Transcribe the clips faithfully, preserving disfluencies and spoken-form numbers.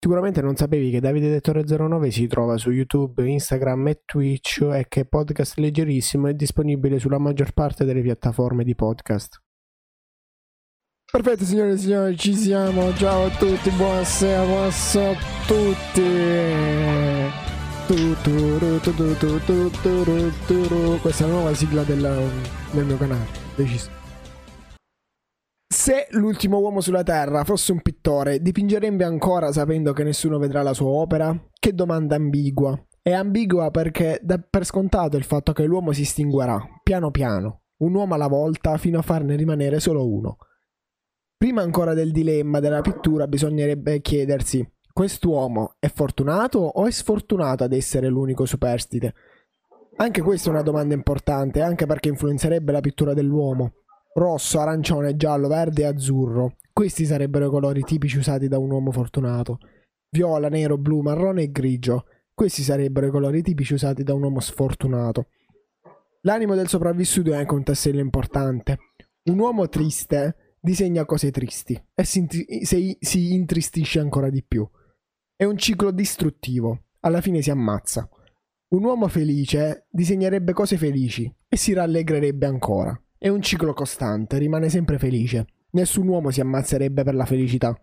Sicuramente non sapevi che Davide Dettore zero nove si trova su YouTube, Instagram e Twitch e che Podcast Leggerissimo è disponibile sulla maggior parte delle piattaforme di podcast. Perfetto, signore e signori, ci siamo. Ciao a tutti, buonasera, buonasera a tutti. Tu, tu, tu, tu, tu, tu, tu, tu, tu, tu. Questa è la nuova sigla del, del mio canale, deciso. Se l'ultimo uomo sulla Terra fosse un pittore, dipingerebbe ancora sapendo che nessuno vedrà la sua opera? Che domanda ambigua. È ambigua perché dà per scontato il fatto che l'uomo si estinguerà, piano piano, un uomo alla volta, fino a farne rimanere solo uno. Prima ancora del dilemma della pittura bisognerebbe chiedersi: quest'uomo è fortunato o è sfortunato ad essere l'unico superstite? Anche questa è una domanda importante, anche perché influenzerebbe la pittura dell'uomo. Rosso, arancione, giallo, verde e azzurro. Questi sarebbero i colori tipici usati da un uomo fortunato. Viola, nero, blu, marrone e grigio. Questi sarebbero i colori tipici usati da un uomo sfortunato. L'animo del sopravvissuto è anche un tassello importante. Un uomo triste disegna cose tristi e si, si, si intristisce ancora di più. È un ciclo distruttivo. Alla fine si ammazza. Un uomo felice disegnerebbe cose felici e si rallegrerebbe ancora. È un ciclo costante, rimane sempre felice. Nessun uomo si ammazzerebbe per la felicità.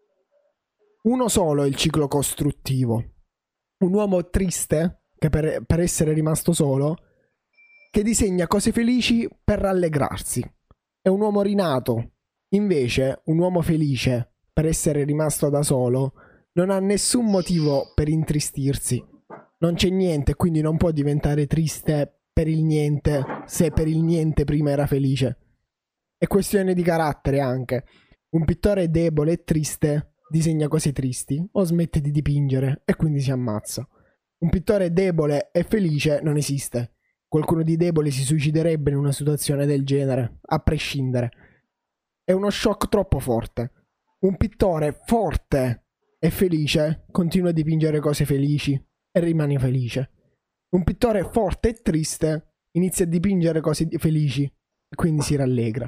Uno solo è il ciclo costruttivo. Un uomo triste, che per, per essere rimasto solo, che disegna cose felici per rallegrarsi. È un uomo rinato. Invece, un uomo felice, per essere rimasto da solo, non ha nessun motivo per intristirsi. Non c'è niente, quindi non può diventare triste per il niente, se per il niente prima era felice. È questione di carattere anche. Un pittore debole e triste disegna cose tristi o smette di dipingere e quindi si ammazza. Un pittore debole e felice non esiste. Qualcuno di debole si suiciderebbe in una situazione del genere, a prescindere. È uno shock troppo forte. Un pittore forte e felice continua a dipingere cose felici e rimane felice. Un pittore forte e triste inizia a dipingere cose felici e quindi si rallegra.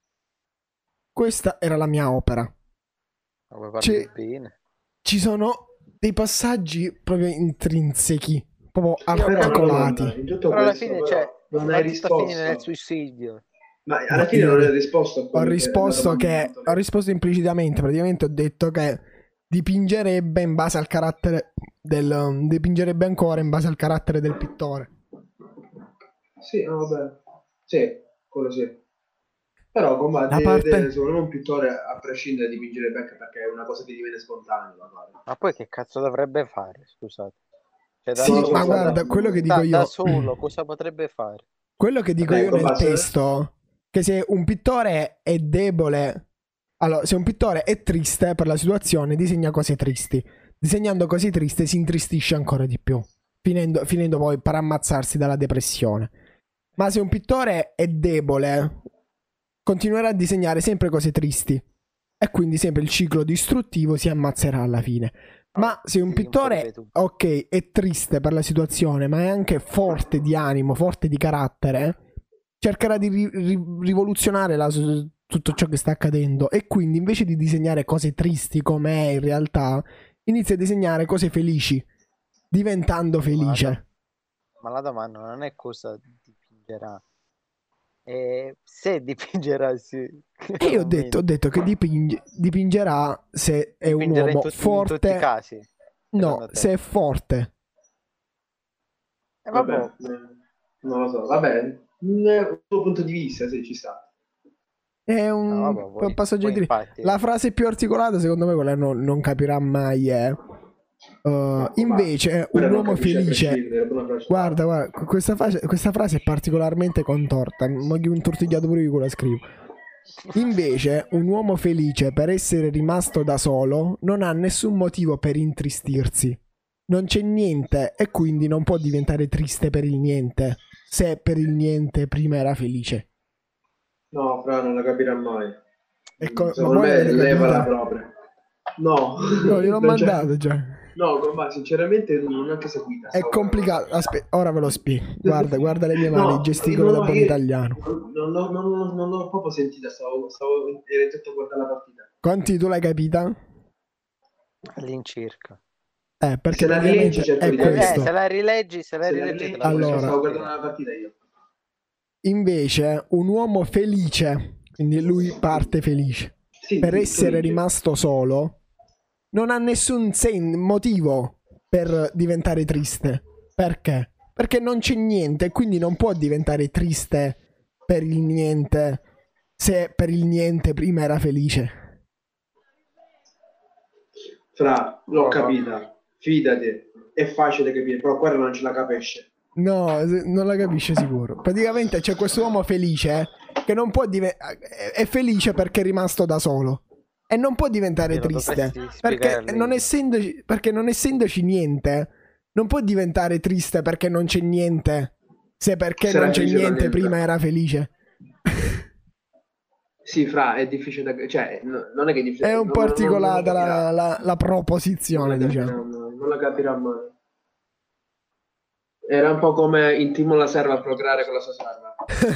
Questa era la mia opera. Ci, ci sono dei passaggi proprio intrinsechi, proprio articolati. Però alla fine c'è non hai risposto nel suicidio. Ma alla fine non hai risposto a ho risposto che, che ho risposto implicitamente. Praticamente ho detto che dipingerebbe in base al carattere del dipingerebbe ancora in base al carattere del pittore. Sì, no, vabbè. Sì, quello sì. Però combatte, parte... secondo me un pittore a prescindere dipingerebbe anche perché è una cosa che diviene spontanea da fare. Ma poi che cazzo dovrebbe fare, scusate? Cioè, sì, solo, ma guarda, da, quello che dico da, io da solo cosa potrebbe fare? Quello che dico Vabbè, io nel base... testo, che se un pittore è debole, allora se un pittore è triste per la situazione disegna cose tristi. Disegnando cose tristi si intristisce ancora di più, finendo, finendo poi per ammazzarsi dalla depressione. Ma se un pittore è debole, continuerà a disegnare sempre cose tristi e quindi sempre il ciclo distruttivo si ammazzerà alla fine. Ma se un pittore, ok, è triste per la situazione, ma è anche forte di animo, forte di carattere, cercherà di ri- ri- rivoluzionare la, tutto ciò che sta accadendo e quindi invece di disegnare cose tristi come è in realtà, inizia a disegnare cose felici, diventando felice. Ma la, ma la domanda non è cosa dipingerà, è se dipingerà, sì. E io ho detto, ho detto che dipinge, dipingerà se è dipingerà un uomo in tutti, forte. In tutti i casi. No, se è forte. Eh, vabbè. vabbè, non lo so, vabbè, dal tuo punto di vista, sì, ci sta. È un, no, vabbè, voi, un passaggio di infatti... La frase più articolata, secondo me, quella non, non capirà mai. È uh, invece un uomo felice. Guarda, guarda, questa frase, questa frase è particolarmente contorta. Ma che un tortigliato pure io la scrivo. Invece, un uomo felice, per essere rimasto da solo, non ha nessun motivo per intristirsi. Non c'è niente e quindi non può diventare triste per il niente, se per il niente prima era felice. No, Fra, non la capirà mai. Ecco, secondo me levala proprio. No, no, gliel'ho mandato già. No, ma sinceramente non è anche seguita. È complicato. Aspetta, ora ve lo spiego. Guarda, guarda le mie mani, no, gesticolo no, da buon italiano. Non, non, non, non, non l'ho proprio sentita, stavo, stavo ero intento a guardare la partita. Conti, tu l'hai capita? all'incirca. Eh, perché Se la rileggi, praticamente cerco è di Eh, capire. se questo. la rileggi, se la Se la rileggi te rileggi, la Allora, posso stavo spiegare. guardando la partita io. Invece, un uomo felice, quindi lui parte felice, Sì, per sì, essere felice. rimasto solo, non ha nessun sen- motivo per diventare triste. Perché? Perché non c'è niente, quindi non può diventare triste per il niente, se per il niente prima era felice. Fra, l'ho Oh, capita. Fidati. È facile capire, però quella non ce la capisce. No, se- non la capisce sicuro. Praticamente c'è questo uomo felice eh, che non può diventare... È felice perché è rimasto da solo. E non può diventare glielo triste. dovresti spiegare a Perché lei. non, essendoci, perché non essendoci niente, non può diventare triste perché non c'è niente. Se perché Se non era c'è felice per niente niente. prima era felice. Sì, fra, è difficile da... Cioè, no- non è che è difficile... È un non, po' non- non- non la articolata capirà. la, la- la Non proposizione, la capirà diciamo. mai. Non la capirà mai. Era un po' come intimo la serva a procreare con la sua serva.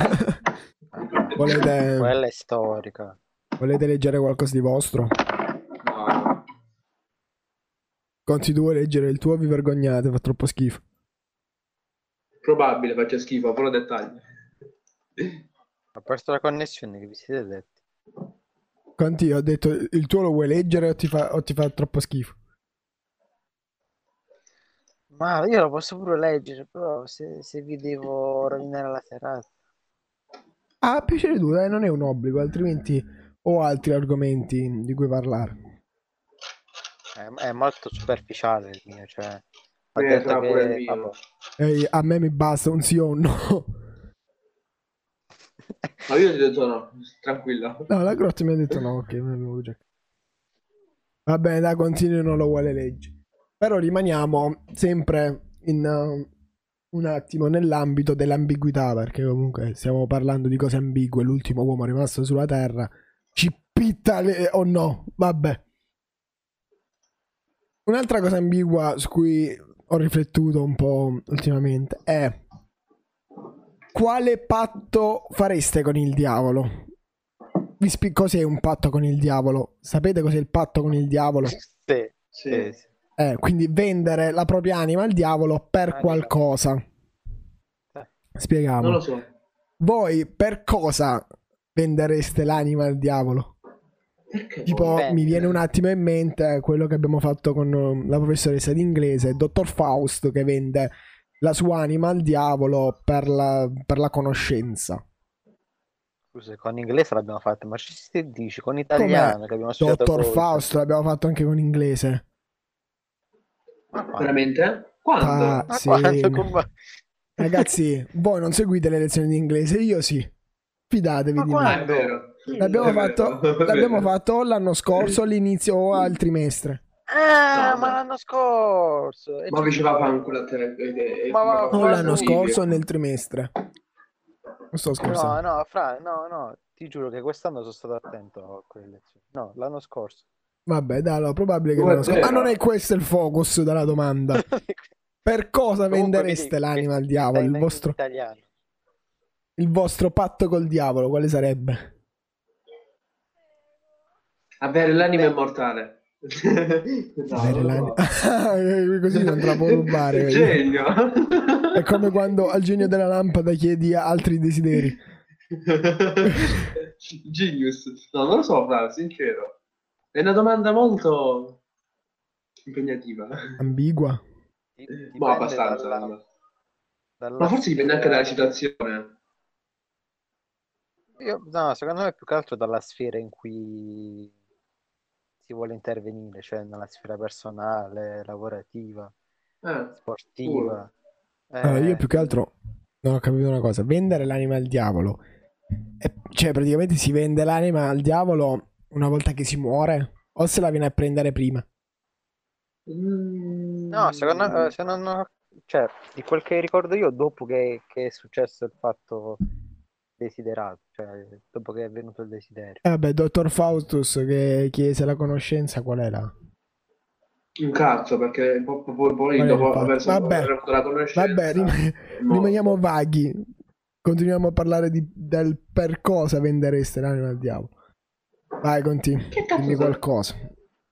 volete, Quella è storica. volete leggere qualcosa di vostro? No. Conti, tu vuoi leggere il tuo? Vi vergognate, fa troppo schifo. Probabile faccia schifo, però dettagli. Ho perso la connessione, che vi siete detti? Conti, ho detto il tuo lo vuoi leggere o ti fa, o ti fa troppo schifo? Ma io lo posso pure leggere, però se, se vi devo rovinare la serata. Ah, piacere tu, dai, non è un obbligo, altrimenti ho altri argomenti di cui parlare. È, è molto superficiale il mio, cioè... Ho Eh, detto fra pure il che... mio. Vabbè. Ehi, a me mi basta un sì o un no. Ma io ti ho detto no, tranquillo. No, la Grotta mi ha detto no, ok, me l'avevo già- va bene, dai, continui, non lo vuole leggere. Però rimaniamo sempre in uh, un attimo nell'ambito dell'ambiguità, perché comunque stiamo parlando di cose ambigue, l'ultimo uomo rimasto sulla Terra ci pitta le... o no, vabbè. Un'altra cosa ambigua su cui ho riflettuto un po' ultimamente è: quale patto fareste con il diavolo? Vi spiego cos'è un patto con il diavolo. Sapete cos'è il patto con il diavolo? Sì, Sì. sì, sì. Eh, quindi vendere la propria anima al diavolo per Ah, qualcosa. Eh. Spieghiamo. Non lo so. Voi per cosa vendereste l'anima al diavolo? Perché? Tipo, Vendere. mi viene un attimo in mente quello che abbiamo fatto con uh, la professoressa d'inglese, il dottor Faust, che vende la sua anima al diavolo per la, per la conoscenza. Scusa, con inglese l'abbiamo fatto, ma ci si dici con italiano Come che abbiamo studiato dottor cose. Faust l'abbiamo fatto anche con inglese. Ma quando? Veramente? Quando? Ah, Ma sì. quando con... Ragazzi, voi non seguite le lezioni di inglese, io sì. Fidatevi Ma di Ah, me. è vero. L'abbiamo È vero, fatto, è l'abbiamo vero. fatto o l'anno scorso, all'inizio o al trimestre. Ah, No, ma no. l'anno scorso. E Ma ci vi ci va a fare un sto. culo a te. eh, eh, Ma ma va, O come l'anno fanculo. scorso o video. nel trimestre. Non sto No, scherzando. no, Fra, no, no, ti giuro che quest'anno sono stato attento a quelle lezioni. No, l'anno scorso. Vabbè, dai, allora, probabile che due a l'anno scorso. Ma non zero. è questo il focus della domanda. Per cosa Comunque mi vendereste dico l'anima che, al che sta diavolo? in, Il in vostro, italiano. il vostro patto col diavolo, quale sarebbe? Avere l'anima Beh, immortale. No, Avere non l'anima. lo so. Così non te la può rubare. Vedi? Genio. È come quando al genio della lampada chiedi altri desideri. Genius. No, non lo so, Fra, sincero. È una domanda molto impegnativa. Ambigua. di- Ma dipende abbastanza. dalla, secondo me. dalla Ma forse dipende anche dalla sfera. situazione. Io, no, secondo me più che altro dalla sfera in cui si vuole intervenire, cioè nella sfera personale, lavorativa, Eh, pure. sportiva. Allora, io Eh, più che altro non ho capito una cosa. Vendere l'anima al diavolo. E- cioè, praticamente si vende l'anima al diavolo una volta che si muore? O se la viene a prendere prima? Mm. no, secondo, eh, se non ho- cioè, di quel che ricordo io, dopo che, che è successo il fatto desiderato, cioè dopo che è venuto il desiderio. Eh vabbè, dottor Faustus che chiese la conoscenza, qual era? Un cazzo, perché poi, poi, poi Qual era il dopo fatto? aver, Vabbè, aver avuto la vabbè, conoscenza, rim- è morto. rimaniamo vaghi. Continuiamo a parlare di, del per cosa vendereste l'anima al diavolo. Vai, continui. Che cazzo Dimmi sarà? qualcosa.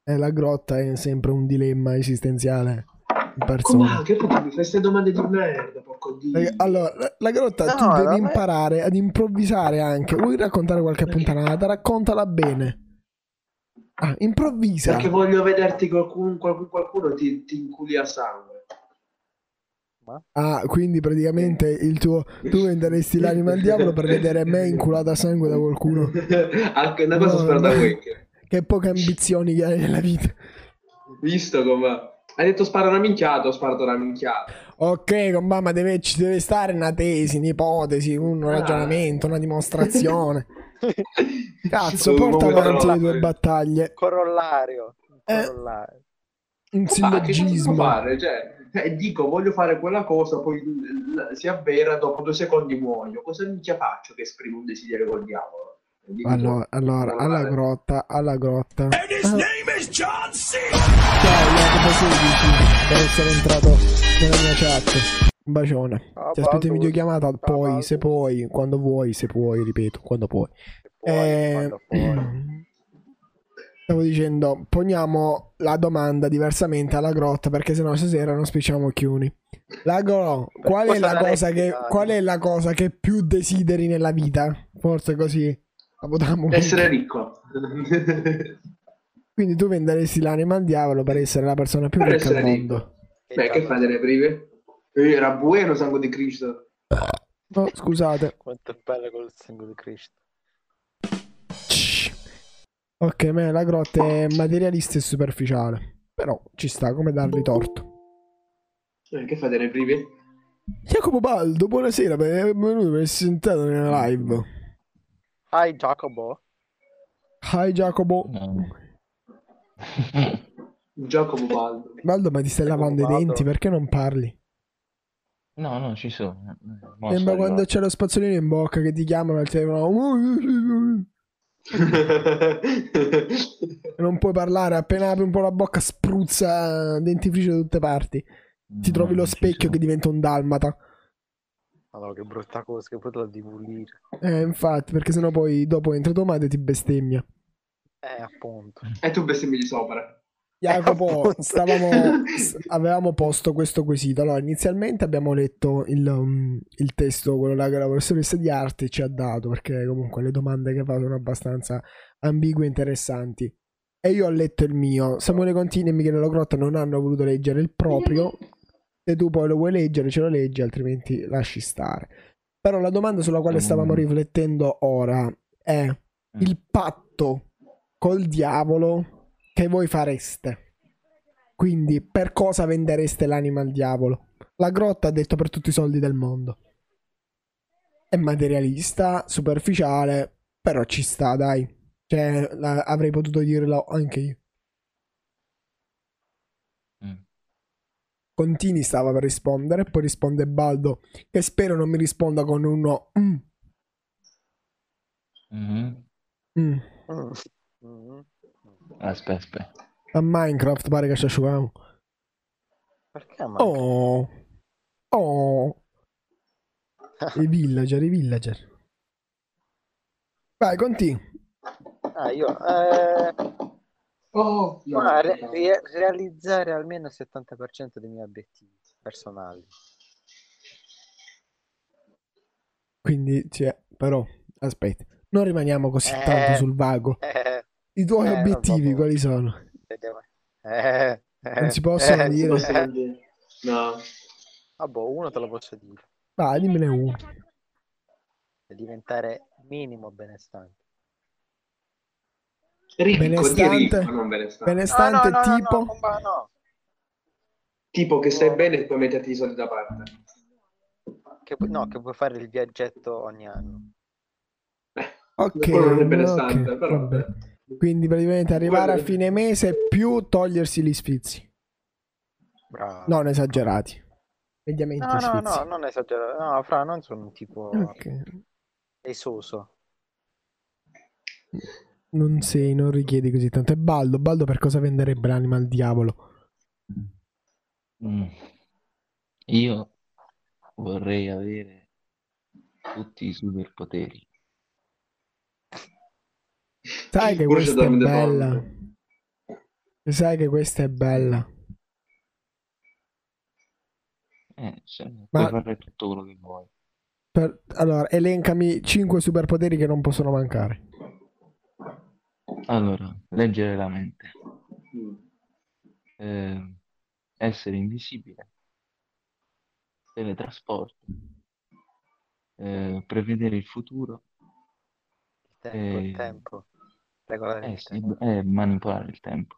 E la grotta è sempre un dilemma esistenziale in Come? persona. Che tu mi fai queste domande di merda, porco dio. Perché, allora, la, la grotta No, tu devi non è- imparare ad improvvisare anche. Vuoi raccontare qualche puntanata? Raccontala bene. Ah, improvvisa. Perché voglio vederti qualcuno, qualcuno, qualcuno ti, ti inculi a sangue. Ma? Ah, quindi praticamente il tuo tu venderesti l'anima al diavolo per vedere me inculato a sangue da qualcuno. Anche una cosa No, spero da ma- Wake. che poche ambizioni che hai nella vita. Visto come... Hai detto spara una minchiata, ho sparato una minchiata. Ok, con mamma deve, ci deve stare una tesi, un'ipotesi, un Ah. ragionamento, una dimostrazione. Cazzo, Oh, porta come avanti le tue troppe. battaglie. Corollario. Un Eh, corollario. un Ah, che cazzo devo sillogismo. fare? Cioè, eh, dico, voglio fare quella cosa, poi l- l- si avvera, dopo due secondi muoio. Cosa minchia faccio che esprimo un desiderio col diavolo? Dimmi tu. Allora, allora, Come alla fare? grotta, alla grotta. And his Ah, name is John C. ciao, Jacopo sedici, per essere entrato nella mia chat. Un bacione. Ciao, Ti aspetto in Baldus. videochiamata, Ciao, poi, Baldus. se puoi, quando vuoi, se puoi, ripeto, quando puoi. Se puoi, Eh, quando puoi. Stavo dicendo, poniamo la domanda diversamente alla grotta, perché sennò stasera non spicciamo chiuni. La gro, qual è cosa la cosa daresti, che, dai? qual è la cosa che più desideri nella vita? Forse così la potremmo Essere minchia. ricco. Quindi tu venderesti l'anima al diavolo per essere la persona più Per ricca al essere mondo. ricco. Beh, che fai delle prive? Eh, Era buono sangue di Cristo. Oh, scusate. Quanto è bella col sangue di Cristo. Shh. Ok, me la grotta è materialista e superficiale. Però ci sta, come dargli torto. Eh, che fai delle prive? Jacopo Baldo, buonasera, benvenuto per essere sentato nella live. Hi Jacobo. Hi Jacopo. Giacomo Baldo. Baldo, ma ti stai Jacopo lavando i Baldo. denti? Perché non parli? No, no, ci sono. Mo Sembra sto quando arrivando. c'è lo spazzolino in bocca che ti chiamano al telefono. E non puoi parlare, appena apri un po' la bocca spruzza dentifricio da tutte parti. Ti No, trovi lo non ci specchio sono. che diventa un dalmata. Allora, che brutta cosa, che potrà divulire. Eh, infatti, perché sennò poi dopo entra tua madre e ti bestemmia. Eh, appunto. E tu bestemmi di sopra. Jacopo, appunto. stavamo, s- avevamo posto questo quesito. Allora, inizialmente abbiamo letto il, um, il testo, quello là che la professoressa di arte ci ha dato, perché comunque le domande che fa sono abbastanza ambigue e interessanti. E io ho letto il mio. Samuele Contini e Michele Locrotta non hanno voluto leggere il proprio. Se tu poi lo vuoi leggere, ce lo leggi, altrimenti lasci stare. Però la domanda sulla quale stavamo riflettendo ora è il patto col diavolo che voi fareste. Quindi, per cosa vendereste l'anima al diavolo? La grotta ha detto per tutti i soldi del mondo. È materialista, superficiale, però ci sta, dai. Cioè, la- avrei potuto dirlo anche io. Mm. Contini stava per rispondere, poi risponde Baldo, che spero non mi risponda con uno mm, Mhm. mm. Mm. Mm. Aspetta, aspetta. A Minecraft pare che ci asciughiamo. Perché manca? Oh, oh, i villager, i villager. Vai, continui. Ah, io... Eh... Oh, no. ma re- rie- realizzare almeno il settanta per cento dei miei obiettivi personali. Quindi, cioè, però, aspetta, non rimaniamo così Eh, tanto sul vago. eh, I tuoi eh, obiettivi vabbè. quali sono? Vediamo. Eh, Non eh, si possono eh, Si dire? possono dire. No. Vabbè, uno te lo posso dire. Vai, dimmene uno. È diventare minimo benestante. Ricco, di Benestante? ricco, non benestante. No, no, Benestante no, no, tipo? no, compa- no. Tipo che stai bene e puoi metterti i soldi da parte. Che, pu- no, che puoi fare il viaggetto ogni anno. Ok, Quello non è ok, benestante, però vabbè. vabbè. Quindi praticamente arrivare a Quello- fine mese più togliersi gli sfizi. Bravo. Non esagerati. Mediamente No, no, sfizi. no, non esagerare. No, fra, non sono un tipo Ok. esoso. Non sei, non richiedi così tanto. E Baldo, Baldo per cosa venderebbe l'anima al diavolo? Mm. Io vorrei avere tutti i superpoteri. Sai che Brucia questa è dorme de bella. fondo. Sai che questa è bella. Eh, se- Ma- puoi fare tutto quello che vuoi. Per- Allora, elencami cinque superpoteri che non possono mancare. Allora, leggere la mente, Mm. eh, essere invisibile, teletrasporto, eh, prevedere il futuro, Il tempo, il Eh, tempo. Regolare eh il sì, tempo. e manipolare il tempo.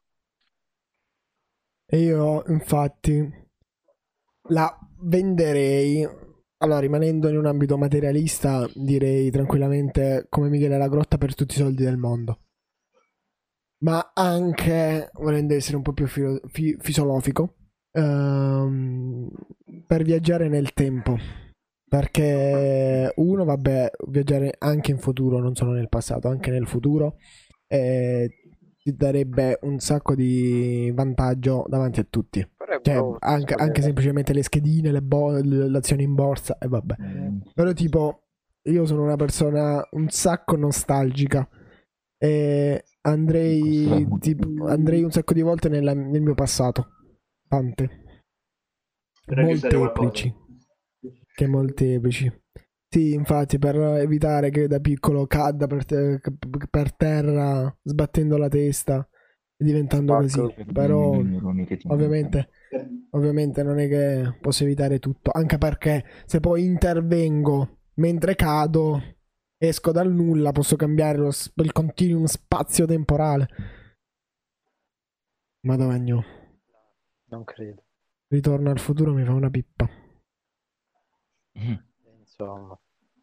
E io, infatti, la venderei. Allora, rimanendo in un ambito materialista, direi tranquillamente come Michele La Grotta per tutti i soldi del mondo. Ma anche, volendo essere un po' più filo- fi- fisiolofico, ehm, per viaggiare nel tempo. Perché uno, vabbè, viaggiare anche in futuro, non solo nel passato, anche nel futuro, eh, ti darebbe un sacco di vantaggio davanti a tutti. Però è Cioè, brutto, anche, scusa. anche semplicemente le schedine, le, bo- le le azioni in borsa, e vabbè. Mm, Però tipo, io sono una persona un sacco nostalgica e andrei, Questo- tipo, andrei un sacco di volte nella- nel mio passato. Tante. Per aggiustare Molteplici. qualcosa. Che molteplici. Sì, infatti, per evitare che da piccolo cada per, te- per terra sbattendo la testa e diventando Spacco. così. Però, i neuroni che ti ovviamente, ovviamente non è che posso evitare tutto. Anche perché se poi intervengo mentre cado, esco dal nulla, posso cambiare lo, s- il continuum spazio-temporale. Madonna, Non credo. Ritorno al futuro mi fa una pippa. mancano. Insomma.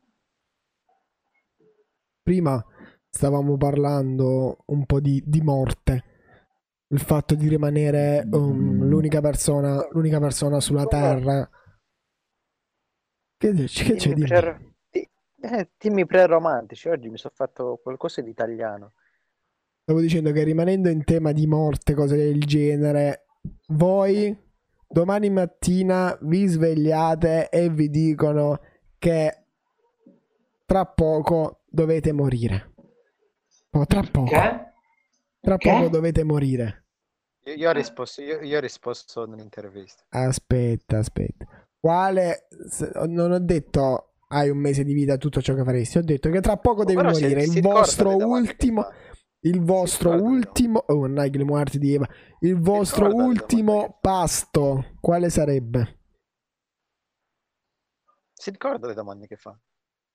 Prima stavamo parlando un po' di, di morte. Il fatto di rimanere um, l'unica persona, l'unica persona sulla Terra. Che, dici? Che c'è Dimmi di pre- ti- eh, dimmi pre-romantici. Oggi mi sono fatto qualcosa di italiano. Stavo dicendo che rimanendo in tema di morte, cose del genere, voi domani mattina vi svegliate e vi dicono che tra poco dovete morire. Oh, tra poco. Che? Tra Che? poco dovete morire. Io, io ho risposto, io, io ho risposto nell'intervista. Aspetta, aspetta. Quale... se- Non ho detto hai un mese di vita, tutto ciò che faresti. Ho detto che tra poco devi Però si- morire. si Il ricorda vostro le domande che ultimo... fa. Il vostro ricorda le ultimo... Oh, Nike, le muerte di Eva. Il vostro ricorda le domande che ultimo fa. pasto. Quale sarebbe? Si ricorda le domande che fa?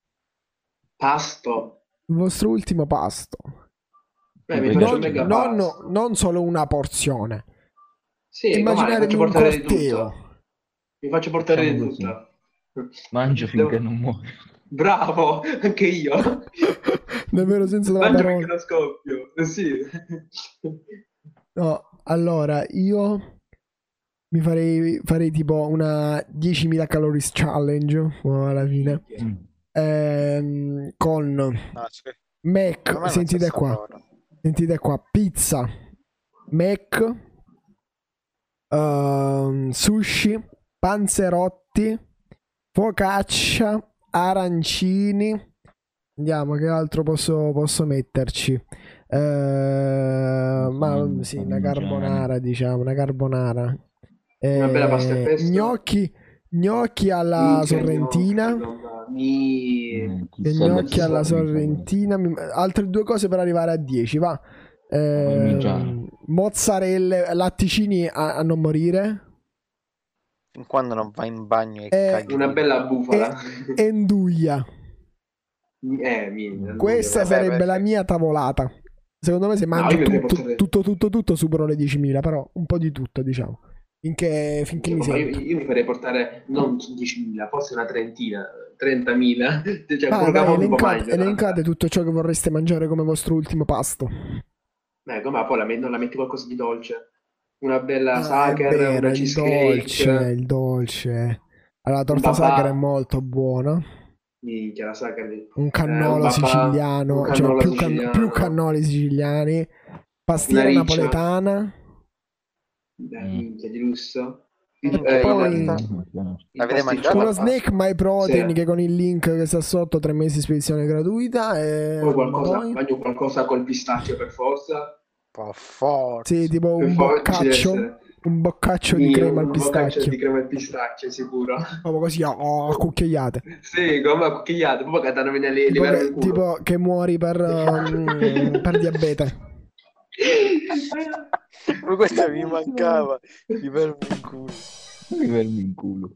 Pasto. Il vostro ultimo pasto. Beh, mi Non- faccio Non, un mega non, pasto. non solo una porzione. Sì, com'è? Mi Immaginatevi faccio un portare di corteo. tutto. Mi faccio portare di Facciamo tutto. Mangio finché Devo- non muoio. Bravo, anche io. Nel vero senso della Mangio parola. finché non scoppio. Eh, Sì. No, allora io mi farei, farei tipo una diecimila calories challenge oh, alla fine. Mm. Ehm, con No, cioè, Mac, per me non sentite si qua, sapora. sentite qua, pizza, Mac, ehm, sushi, panzerotti, focaccia, arancini. Andiamo, che altro posso, posso metterci? Eh, ma Mm, sì, una parmigiani. carbonara, diciamo, una carbonara. Una bella pasta e Eh, pesto. gnocchi, gnocchi alla Minchia, sorrentina. gnocchi, mamma mia. Mm, E chissà gnocchi da alla chi sono, sorrentina. mi- Altre due cose per arrivare a dieci, va. Eh, Parmigiano. mozzarelle, latticini a, a non morire. Fin quando non vai in bagno e Eh, caghi. Una bella bufala. E nduglia. Eh, mia, Questa Vabbè, sarebbe perché- la mia tavolata. Secondo me se No, mangio io mi devo tutto, portare- tutto, tutto, tutto, supero le diecimila, però un po' di tutto, diciamo. Finché, finché mi Io, sento. io mi farei portare non diecimila, forse una trentina, trentamila. Cioè, Ah, quello che vai, avevo un po' elencate, mangio, elencate tutto ciò che vorreste mangiare come vostro ultimo pasto. Ecco, ma poi la, met- non la metti qualcosa di dolce? Una bella Ah, è sacher, vero, una il cheesecake. dolce, il dolce. Allora, la torta Un babà. sacra è molto buona. Minchia, la sacher. di- Un eh, cannolo un babà, siciliano, un cioè cannolo più, can- siciliano. più cannoli siciliani. Pastiera Una riccia. napoletana. Eh, Mm. minchia, di lusso. E Il, poi- il- L'avete il pasticcio mangiato? Uno alla- snack My Protein Sì. che con il link che sta sotto, tre mesi di spedizione gratuita. E Poi qualcosa, poi- mangio qualcosa col pistacchio per forza. po' forte. Sì, tipo Per un favore, ci deve boccaccio, essere. un boccaccio di Sì, crema al un boccaccio pistacchio. di crema al pistacchio, sicuro. Proprio così, oh, a cucchiaiate. Sì, come a cucchiaiate, proprio che danno venire le Tipo livello che, il culo. tipo che muori per, um, per diabete. Ma questo mi mancava. Di vermi in culo. Mi vermi in culo.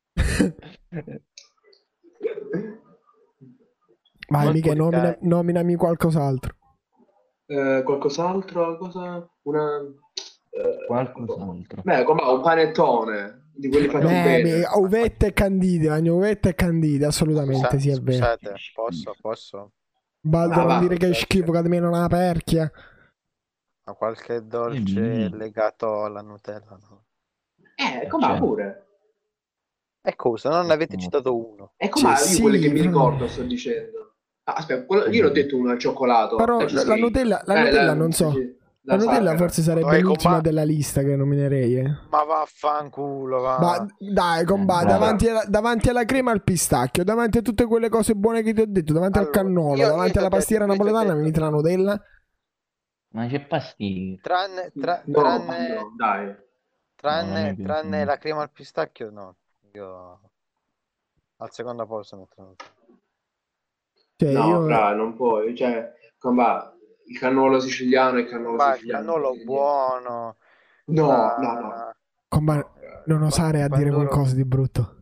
Vai, Molto mica, nomina, ricarico. nominami qualcos'altro. Eh, qualcos'altro? Cosa? Una... eh, Qualcos'altro. Beh, come un panettone, di quelli fatti Beh, bene. mi- uvette e candide, Vagno, uvette e candide, assolutamente, Scusa- sì, è vero. scusate, posso, posso? Baldo, Ah, non va. dire che è schifo, che almeno una perchia. Ma qualche dolce Mm. legato alla Nutella, no? Eh, Eh, com'è certo. pure? E cosa? Non ne avete citato uno? E com'è? Sì, Io quelli che sì, mi però- ricordo sto dicendo. Ah, aspetta, quello- io l'ho detto uno al cioccolato. Però la la, la cheesecake. Nutella, la Eh, Nutella non so. sì, La Nutella Sacher. forse sarebbe Vabbè, l'ultima com'è? della lista che nominerei, eh. Ma vaffanculo, va. Ma dai, comba, Eh, davanti, alla, davanti alla crema al pistacchio, davanti a tutte quelle cose buone che ti ho detto, davanti al Allora, cannolo, io- io davanti ti ho alla pastiera detto- io ti ho napoletana, mi detto- metti la Nutella? Ma c'è pastiglia. Tranne, tra- No, tranne, no, dai. No, non tranne, mi piace tranne molto. la crema al pistacchio, no. Io al secondo posto metto la Nutella. Cioè, No, io... fra, non puoi. Cioè, com'è? Il cannolo siciliano è il cannolo Ma il siciliano. cannolo non buono. No, ma- no, no. comba, No, fra. non osare a dire Quando ero- qualcosa di brutto.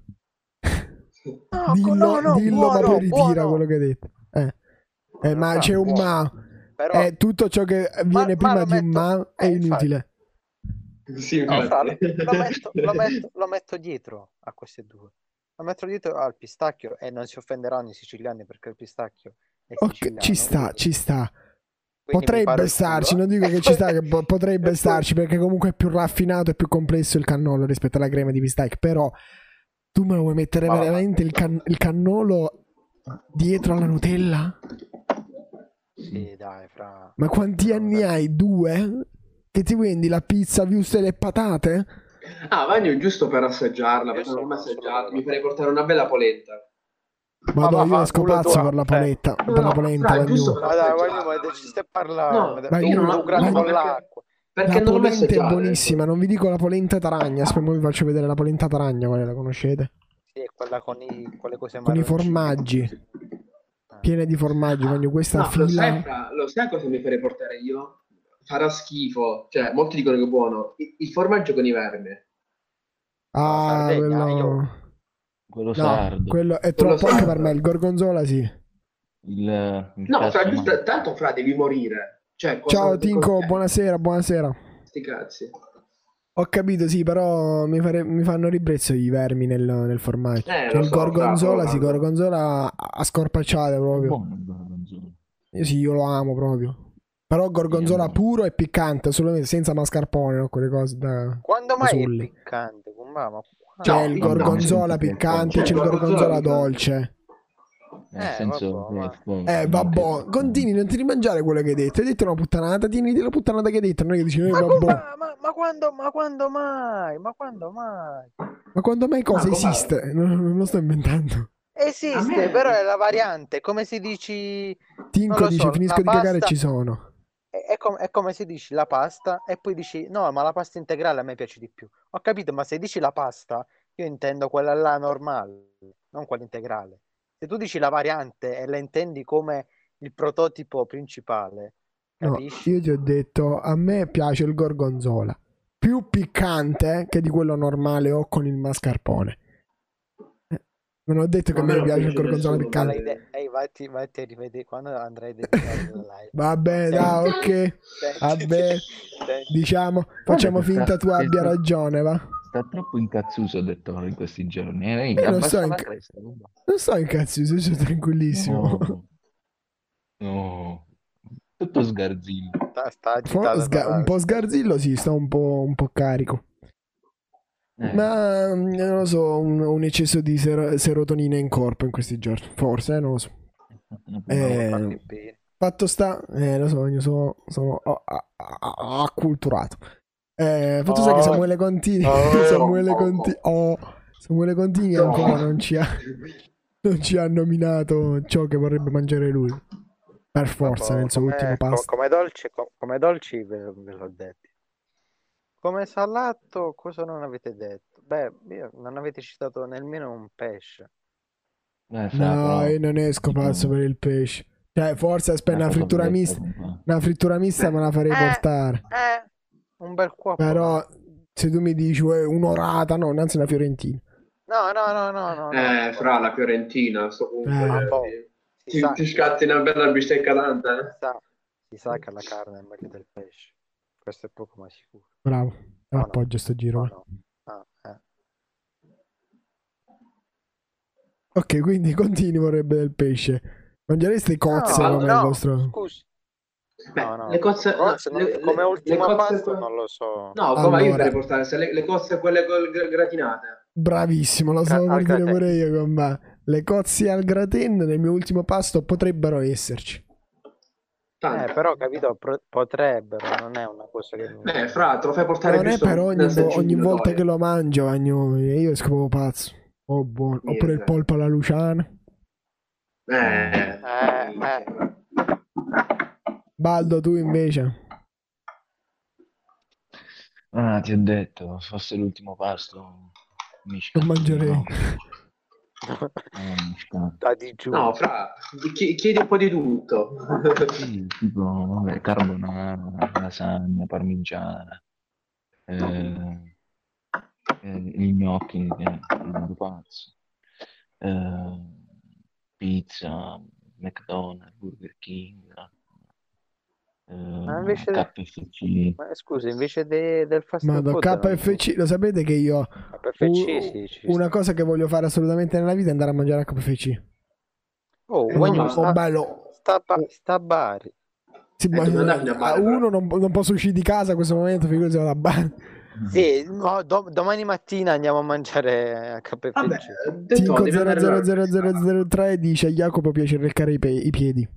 No, dillo, no, no, dillo ma buono, poi ritira buono. quello che hai detto. Eh, Eh, ma Fra, c'è un buono. ma. Però, Eh, tutto ciò che viene ma prima lo di un metto- ma è eh, infatti. inutile. Sì, no, fra, lo, infatti. lo metto, lo, metto, lo metto dietro a queste due. Lo metto dietro al pistacchio e non si offenderanno i siciliani perché il pistacchio è Ok, siciliano. ci sta, quindi- ci sta. quindi mi paro Potrebbe il starci, culo. non dico E che poi- ci sta, che po- e potrebbe poi- starci perché comunque è più raffinato e più complesso il cannolo rispetto alla crema di pistacchio. Però tu me lo vuoi mettere Ma va, veramente il, can- il cannolo dietro alla Nutella? Sì, dai, fra. Ma quanti anni hai? Due? Che ti vendi la pizza, wurstel e patate? Ah, Vagno, giusto per assaggiarla, perché Io non l'ho mai sono solo assaggiata. per Mi farei la- portare una bella polenta. Ma no, io va, esco culo pazzo tua, per la eh. polenta, No, per la no, polenta, fra, Vagnu. giusto per Ma dai, assaggiarla, voglio, ma Vagno. ci stai parlando? No, ma Devo io non- un grano ma- con perché- l'acqua. Perché La non l'ho mai polenta è assaggiata. buonissima, non vi dico la polenta taragna, aspetta, mo vi faccio vedere la polenta taragna, quale la conoscete? Sì, è quella con, i, con le cose Con i marroncine. formaggi, Ah. piene di formaggi, Vagnu, questa No, lo sai, fila... fra, lo sai cosa mi farei portare io? Farà schifo. Cioè, molti dicono che è buono. Il, il formaggio con i vermi. Ah, Sardegna, quello... Quello No, sardo. quello è Quello troppo anche sardo. per me, il gorgonzola sì. Il, il No, fra, cazzo giusto, matto. tanto fra devi morire. Cioè, cosa, Ciao che Tinko, cosa- buonasera, buonasera. Sti cazzi. Ho capito, sì, però mi, fare- mi fanno ribrezzo i vermi nel, nel formaggio. Eh, Cioè, lo il so, fra, gorgonzola, però sì, tanto- gorgonzola a, a scorpacciate È proprio. buono il gorgonzola. Io sì, io lo amo proprio. Però gorgonzola Sì, è buono. puro e piccante, solamente senza mascarpone, no? Quelle cose da... Quando mai Fasulli. è piccante? Come va? Ma C'è No, il no, gorgonzola no, piccante, c'è c'è il il gorgonzola gorgonzola piccante. dolce. Nel Eh, senso vabbè, che ma- è forte, Eh, non vabbè, che- continui, non ti rimangiare quello che hai detto. Hai detto una puttanata, tieni la puttanata che hai detto, non è che dici, eh, Ma, vabbè. come- ma, ma quando, ma quando mai? Ma quando mai? Ma quando mai cosa Ma com'è? esiste? Non, non lo sto inventando. Esiste, A me- però è la variante, come si dici... Tinko non lo dice, so, finisco la di cagare e pasta- ci sono. È, è com- è come se dici la pasta e poi dici no, ma la pasta integrale a me piace di più. Ho capito, ma se dici la pasta, io intendo quella là normale, non quella integrale. Se tu dici la variante e la intendi come il prototipo principale, No, capisci? io ti ho detto, a me piace il gorgonzola. Più piccante che di quello normale o con il mascarpone. Eh, Non ho detto che Ma a a me me non piace il piace gorgonzola nessuno, Ma piccante. l'hai de- ehi, vatti, vatti a rivedere quando andrai a dedicare la live. Vabbè, dai, ok. Senti- Vabbè, senti- diciamo, facciamo che sta- finta tu che abbia sta- ragione, va? Sta troppo incazzuto, ho detto in questi giorni. Eh, Io non abbassa sto in la ca- cresta. vabbè. Non sto incazzoso, sono tranquillissimo. No. No. Tutto sgarzino. sta, sta Fo- agitato sga- per la- un po' sgarzillo, sì, sto un po', un po' carico. Eh, Ma mm, non lo so, un, un eccesso di ser- serotonina in corpo in questi giorni. Forse, eh, non lo so. Eh, Fatti bene. Fatto sta, eh, lo so, io sono, sono oh, ah, ah, ah, acculturato. Eh, fatto sta che Oh. Samuele Contini, Oh. Samuele Contini, oh, Samuele Contini No. ancora non ci ha, non ci ha nominato ciò che vorrebbe mangiare lui. per forza Dopo, nel suo come, ultimo co- pasto. come dolci, co- come dolci ve, ve l'ho detto. Come salato, cosa non avete detto? Beh, io- non avete citato nemmeno un pesce. Eh, fra, No, però, io non esco pazzo diciamo, per il pesce. Cioè, forse aspetta una una cosa frittura fredda, mista. compa. Una frittura mista me la farei Eh, portare. eh, un bel cuopo, Però no? se tu mi dici "Uè, un'orata, no, innanzi una fiorentina. No, no, no, no, no, no. Eh, fra la Fiorentina, a sto punto, Eh, Ah, cioè, boh, si ti, sa, ti si sa, scatti una bella bistecca si tanta, sa, si sa che la carne è meglio del pesce. Questo è poco ma sicuro. bravo. O no? Appoggio sto giro. O guarda. no? Ah, eh. Ok, quindi continui vorrebbe del pesce. Mangereste cozze No, come il no, vostro... scusi. eh. Beh, No, no, le cozze, no, cozze non- le, come le- le ultimo cozze pasto que- non lo so. no, come io Allora, potrei portare se le, le cozze quelle col- gra- gratinate. bravissimo, lo Gra- stavo per al dire gratin. pure io con me. Le cozze al gratin nel mio ultimo pasto potrebbero esserci. Tante. Eh, però, capito, pro- potrebbero, non è una cosa che... Beh, fra, te lo fai portare Non è giusto per ogni, nel vo- ogni saggino, volta dai. che lo mangio, agno, e io esco proprio pazzo. Oh, buono. Oppure il Niente. polpo alla Luciana. Eh, Eh, eh. Baldo, tu invece. Ah, ti ho detto, se fosse l'ultimo pasto, mi Non scappo di mangerei. no. Eh, mi scappo. Da digiuno. no, fra, chi- chiedi un po' di tutto. Sì, tipo, vabbè, carbonara, lasagna, parmigiana, eh, eh, i gnocchi, che sono pazzo, eh, pizza, McDonald's, Burger King, Ma eh, invece... K F C. Ma scusa, invece de- del fast Ma da food... non- K F C, lo sapete che io K F C, sì, ci una sta. cosa che voglio fare assolutamente nella vita è andare a mangiare a K F C. Oh, Eh, Guagno, ma- sta, Oh, bello. sta, a ba- sta a Bari. Sì, Eh, ma- dobbiamo andare fino a a Bari, uno non, non posso uscire di casa in questo momento, figurati se vado a bar. Sì, no, do- domani mattina andiamo a mangiare a K F C. Vabbè, detto, cinque devi zero andare zero là. zero zero zero tre dice a Jacopo piace recare i, pe- i piedi.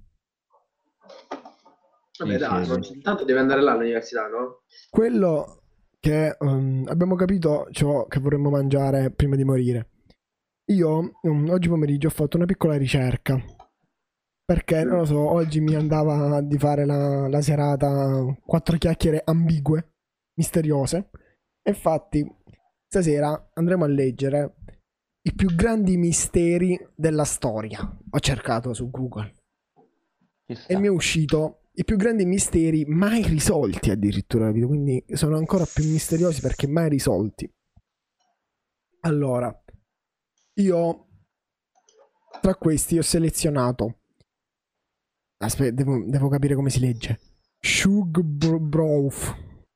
Vabbè, Sì, dai, sì, non- sì. tanto devi andare là all'università, no? Quello che um, abbiamo capito ciò che vorremmo mangiare prima di morire. Io um, oggi pomeriggio ho fatto una piccola ricerca perché non lo so, oggi mi andava di fare la, la serata quattro chiacchiere ambigue, misteriose. E infatti stasera andremo a leggere i più grandi misteri della storia. Ho cercato su Google Ci e sta. mi è uscito i più grandi misteri mai risolti addirittura, capito? Quindi sono ancora più misteriosi perché mai risolti. Allora, io tra questi ho selezionato, aspetta, devo, devo capire come si legge. Shugbrov.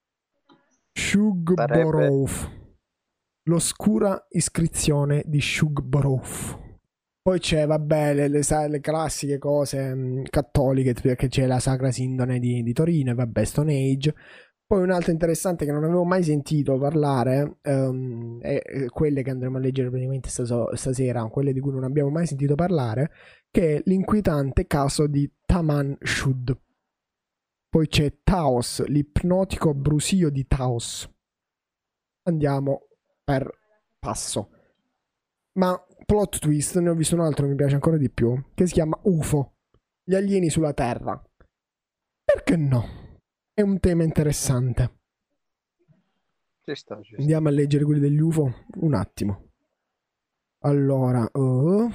Shugborov. L'oscura iscrizione di Shugborov. Poi c'è, vabbè, le, le, sa- le classiche cose mh, cattoliche, perché c'è la Sacra Sindone di, di Torino e vabbè, Stone Age. Poi un'altra interessante che non avevo mai sentito parlare, ehm, è, è quelle che andremo a leggere praticamente staso- stasera, quelle di cui non abbiamo mai sentito parlare, che è l'inquietante caso di Taman Shud. Poi c'è Taos, l'ipnotico brusio di Taos. Andiamo per passo. Ma plot twist, ne ho visto un altro che mi piace ancora di più, che si chiama U F O, gli alieni sulla Terra. Perché no? È un tema interessante. Ci sta, ci sta. Andiamo a leggere quelli degli U F O un attimo. Allora, oh.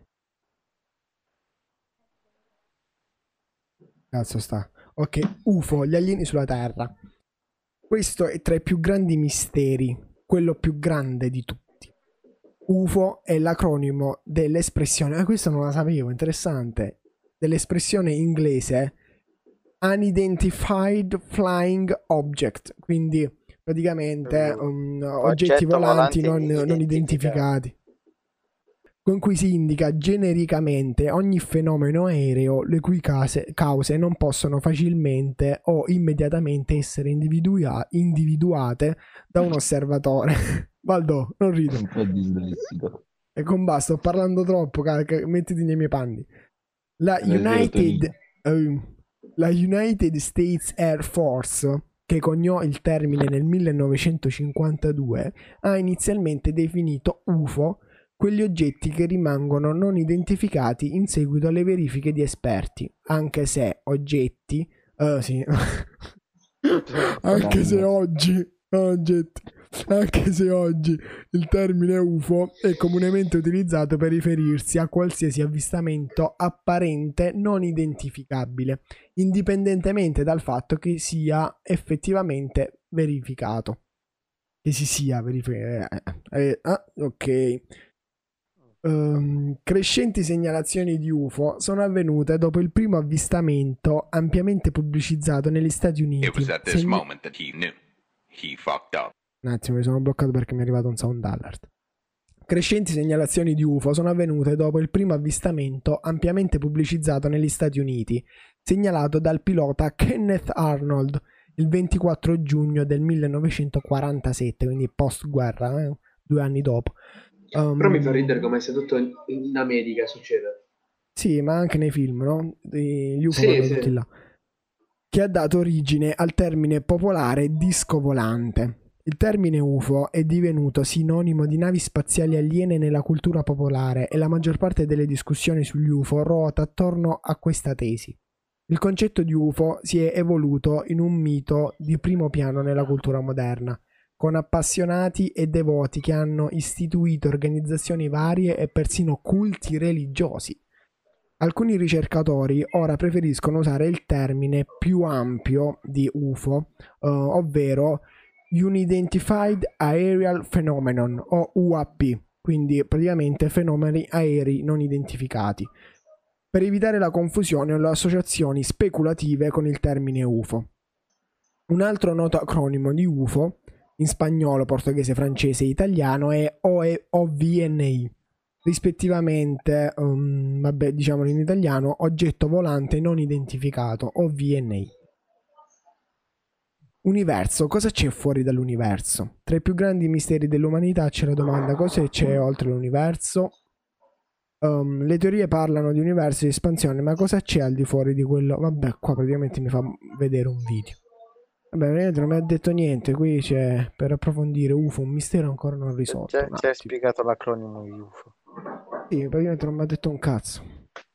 Cazzo sta. Ok, U F O, gli alieni sulla Terra. Questo è tra i più grandi misteri, quello più grande di tutti. U F O è l'acronimo dell'espressione, ah, questo non la sapevo, interessante, dell'espressione inglese Unidentified Flying Object, quindi praticamente um, oggetti Oggetto volanti volanti non, non identificati. identificati, con cui si indica genericamente ogni fenomeno aereo le cui case, cause non possono facilmente o immediatamente essere individua- individuate da un osservatore. Valdo, non rido. Un po' dislessico. E con basta, sto parlando troppo, ca- ca- mettiti nei miei panni. La Come United, eh, la United States Air Force, che coniò il termine nel millenovecentocinquantadue, ha inizialmente definito U F O quegli oggetti che rimangono non identificati in seguito alle verifiche di esperti, anche se oggetti, uh, sì, anche se oggi, oggetti, anche se oggi il termine U F O è comunemente utilizzato per riferirsi a qualsiasi avvistamento apparente non identificabile, indipendentemente dal fatto che sia effettivamente verificato. Che si sia verificato. Eh, eh, ah, ok. Um, crescenti segnalazioni di U F O sono avvenute dopo il primo avvistamento ampiamente pubblicizzato negli Stati Uniti. It was at this Segn- moment that he knew. He fucked up. Un attimo, mi sono bloccato perché mi è arrivato un sound alert. Crescenti segnalazioni di U F O sono avvenute dopo il primo avvistamento ampiamente pubblicizzato negli Stati Uniti, segnalato dal pilota Kenneth Arnold il ventiquattro giugno del millenovecentoquarantasette, quindi post guerra, eh? due anni dopo. Um, Però mi fa ridere come se tutto in, in America succede. Sì, ma anche nei film, no? Gli U F O Sì, vanno sì. tutti là. Che ha dato origine al termine popolare disco volante. Il termine U F O è divenuto sinonimo di navi spaziali aliene nella cultura popolare e la maggior parte delle discussioni sugli U F O ruota attorno a questa tesi. Il concetto di U F O si è evoluto in un mito di primo piano nella cultura moderna, con appassionati e devoti che hanno istituito organizzazioni varie e persino culti religiosi. Alcuni ricercatori ora preferiscono usare il termine più ampio di U F O, uh, ovvero Unidentified Aerial Phenomenon o U A P, quindi praticamente fenomeni aerei non identificati, per evitare la confusione o le associazioni speculative con il termine U F O. Un altro noto acronimo di U F O, in spagnolo, portoghese, francese e italiano, è O V N I, rispettivamente, um, vabbè, diciamolo in italiano, oggetto volante non identificato, O V N I. Universo, cosa c'è fuori dall'universo? Tra i più grandi misteri dell'umanità c'è la domanda: cosa c'è oltre l'universo? Um, le teorie parlano di universo e di espansione, ma cosa c'è al di fuori di quello? Vabbè, qua praticamente mi fa vedere un video. Vabbè, praticamente non mi ha detto niente. Qui c'è per approfondire U F O, un mistero ancora non risolto. Ci un hai attimo. spiegato l'acronimo di U F O. Sì, praticamente non mi ha detto un cazzo.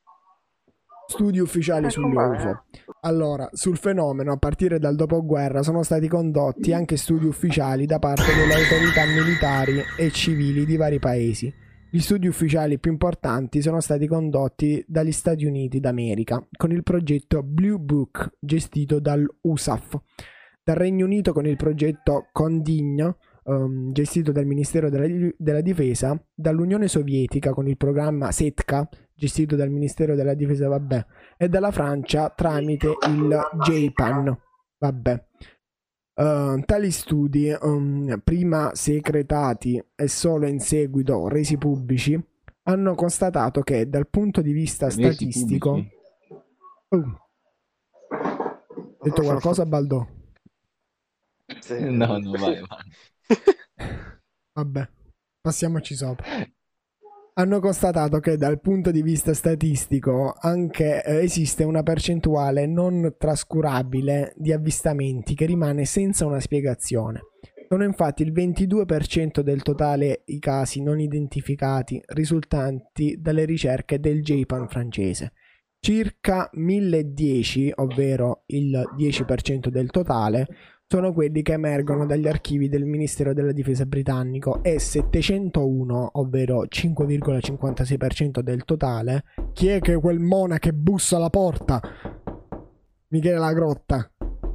Studi ufficiali Eh, sugli com'è? U F O. Allora, sul fenomeno, a partire dal dopoguerra, sono stati condotti anche studi ufficiali da parte delle autorità militari e civili di vari paesi. Gli studi ufficiali più importanti sono stati condotti dagli Stati Uniti d'America con il progetto Blue Book gestito dall'U S A F, dal Regno Unito con il progetto Condigno um, gestito dal Ministero della, della Difesa, dall'Unione Sovietica con il programma SETCA gestito dal Ministero della Difesa, vabbè, e dalla Francia tramite il J P A N, vabbè. Uh, tali studi, um, prima segretati e solo in seguito resi pubblici, hanno constatato che dal punto di vista Resi statistico... pubblici? Uh. Detto qualcosa, Baldò? Sì. No, no, vai, vai. Vabbè, passiamoci sopra. Hanno constatato che dal punto di vista statistico anche eh, esiste una percentuale non trascurabile di avvistamenti che rimane senza una spiegazione. Sono infatti il ventidue per cento del totale i casi non identificati risultanti dalle ricerche del J P A N francese. Circa mille dieci, ovvero il dieci per cento del totale, sono quelli che emergono dagli archivi del Ministero della Difesa britannico e settecentouno, ovvero cinque virgola cinquantasei per cento del totale. Chi è che è quel mona che bussa alla porta? Michele La Grotta.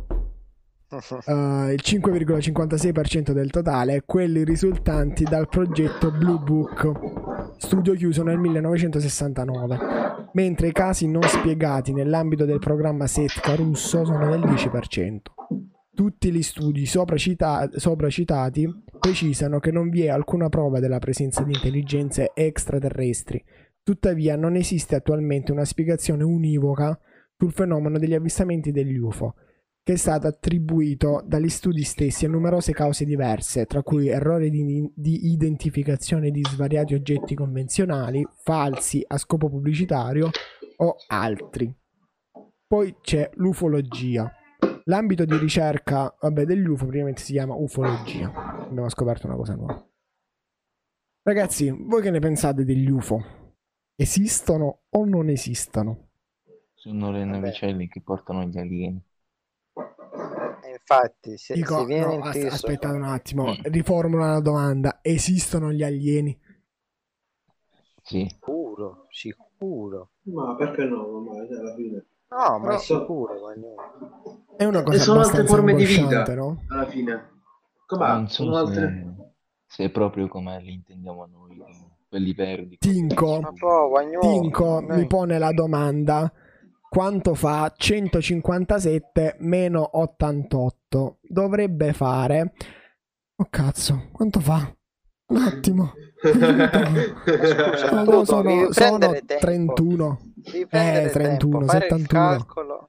Uh, il cinque virgola cinquantasei per cento del totale, quelli risultanti dal progetto Blue Book, studio chiuso nel millenovecentosessantanove, mentre i casi non spiegati nell'ambito del programma SETCA russo sono del dieci per cento. Tutti gli studi sopra, cita- sopra citati precisano che non vi è alcuna prova della presenza di intelligenze extraterrestri, tuttavia non esiste attualmente una spiegazione univoca sul fenomeno degli avvistamenti degli U F O, che è stato attribuito dagli studi stessi a numerose cause diverse, tra cui errori di, di identificazione di svariati oggetti convenzionali, falsi a scopo pubblicitario o altri. Poi c'è l'ufologia. L'ambito di ricerca, vabbè, degli U F O praticamente si chiama ufologia. Abbiamo scoperto una cosa nuova. Ragazzi, voi che ne pensate degli U F O? Esistono o non esistono? Sono le Vabbè. navicelle che portano gli alieni. E infatti, se, Dico, se viene no, as- inteso... aspettate un attimo, riformula la domanda. Esistono gli alieni? Sì, Sicuro, sicuro. Ma perché no? Ma cioè, alla fine. No, ma Però- è sicuro, Guaglione. È una E cosa sono altre abbastanza forme di vita, angosciante, no? alla fine. Com'è? non so Sono altre... se, se è proprio come li intendiamo noi, quelli verdi. Tinco, Ma poi, Guaglione, Tinco noi- mi pone la domanda: quanto fa centocinquantasette meno ottantotto? Dovrebbe fare... Oh cazzo, quanto fa? Un attimo. Scusa, No, tu no, devi sono, sono prendere tempo. trentuno. Devi prendere Eh, trentuno, tempo, fare il settantuno. calcolo.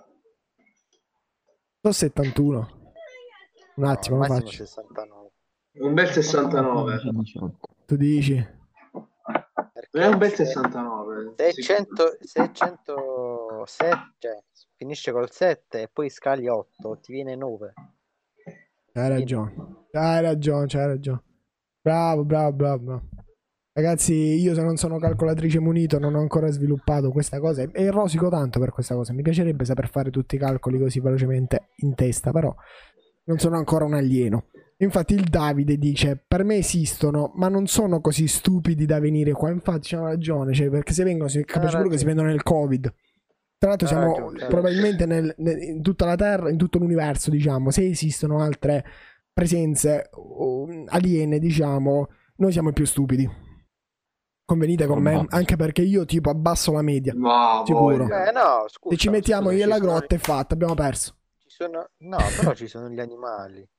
Sono settantuno. Un No, attimo, lo al massimo faccio. sessantanove. Un bel sessantanove. Tu dici? Perché È un bel se- sessantanove. seicento, seicentosette, cioè, finisce col sette e poi scali otto, ti viene nove. Hai ragione. Hai ragione, c'hai ragione. Bravo, bravo, bravo, bravo. Ragazzi, io se non sono calcolatrice munito non ho ancora sviluppato questa cosa e e rosico tanto per questa cosa. Mi piacerebbe saper fare tutti i calcoli così velocemente in testa, però non sono ancora un alieno. Infatti il Davide dice: per me esistono, ma non sono così stupidi da venire qua. Infatti c'ha ragione, cioè, perché se vengono si capisce pure che si ragione. prendono il Covid. Tra l'altro Ha siamo ragione, ha probabilmente nel- nel- in tutta la Terra, in tutto l'universo, diciamo, se esistono altre presenze uh, aliene, diciamo, noi siamo i più stupidi. Convenite con me? Probabile. Anche perché io tipo abbasso la media. Ma Sicuro. voglia. Eh no, scusa. Se ci mettiamo scusa, io e ci la sono- grotta è fatta, abbiamo perso. ci sono- No, però ci sono gli animali.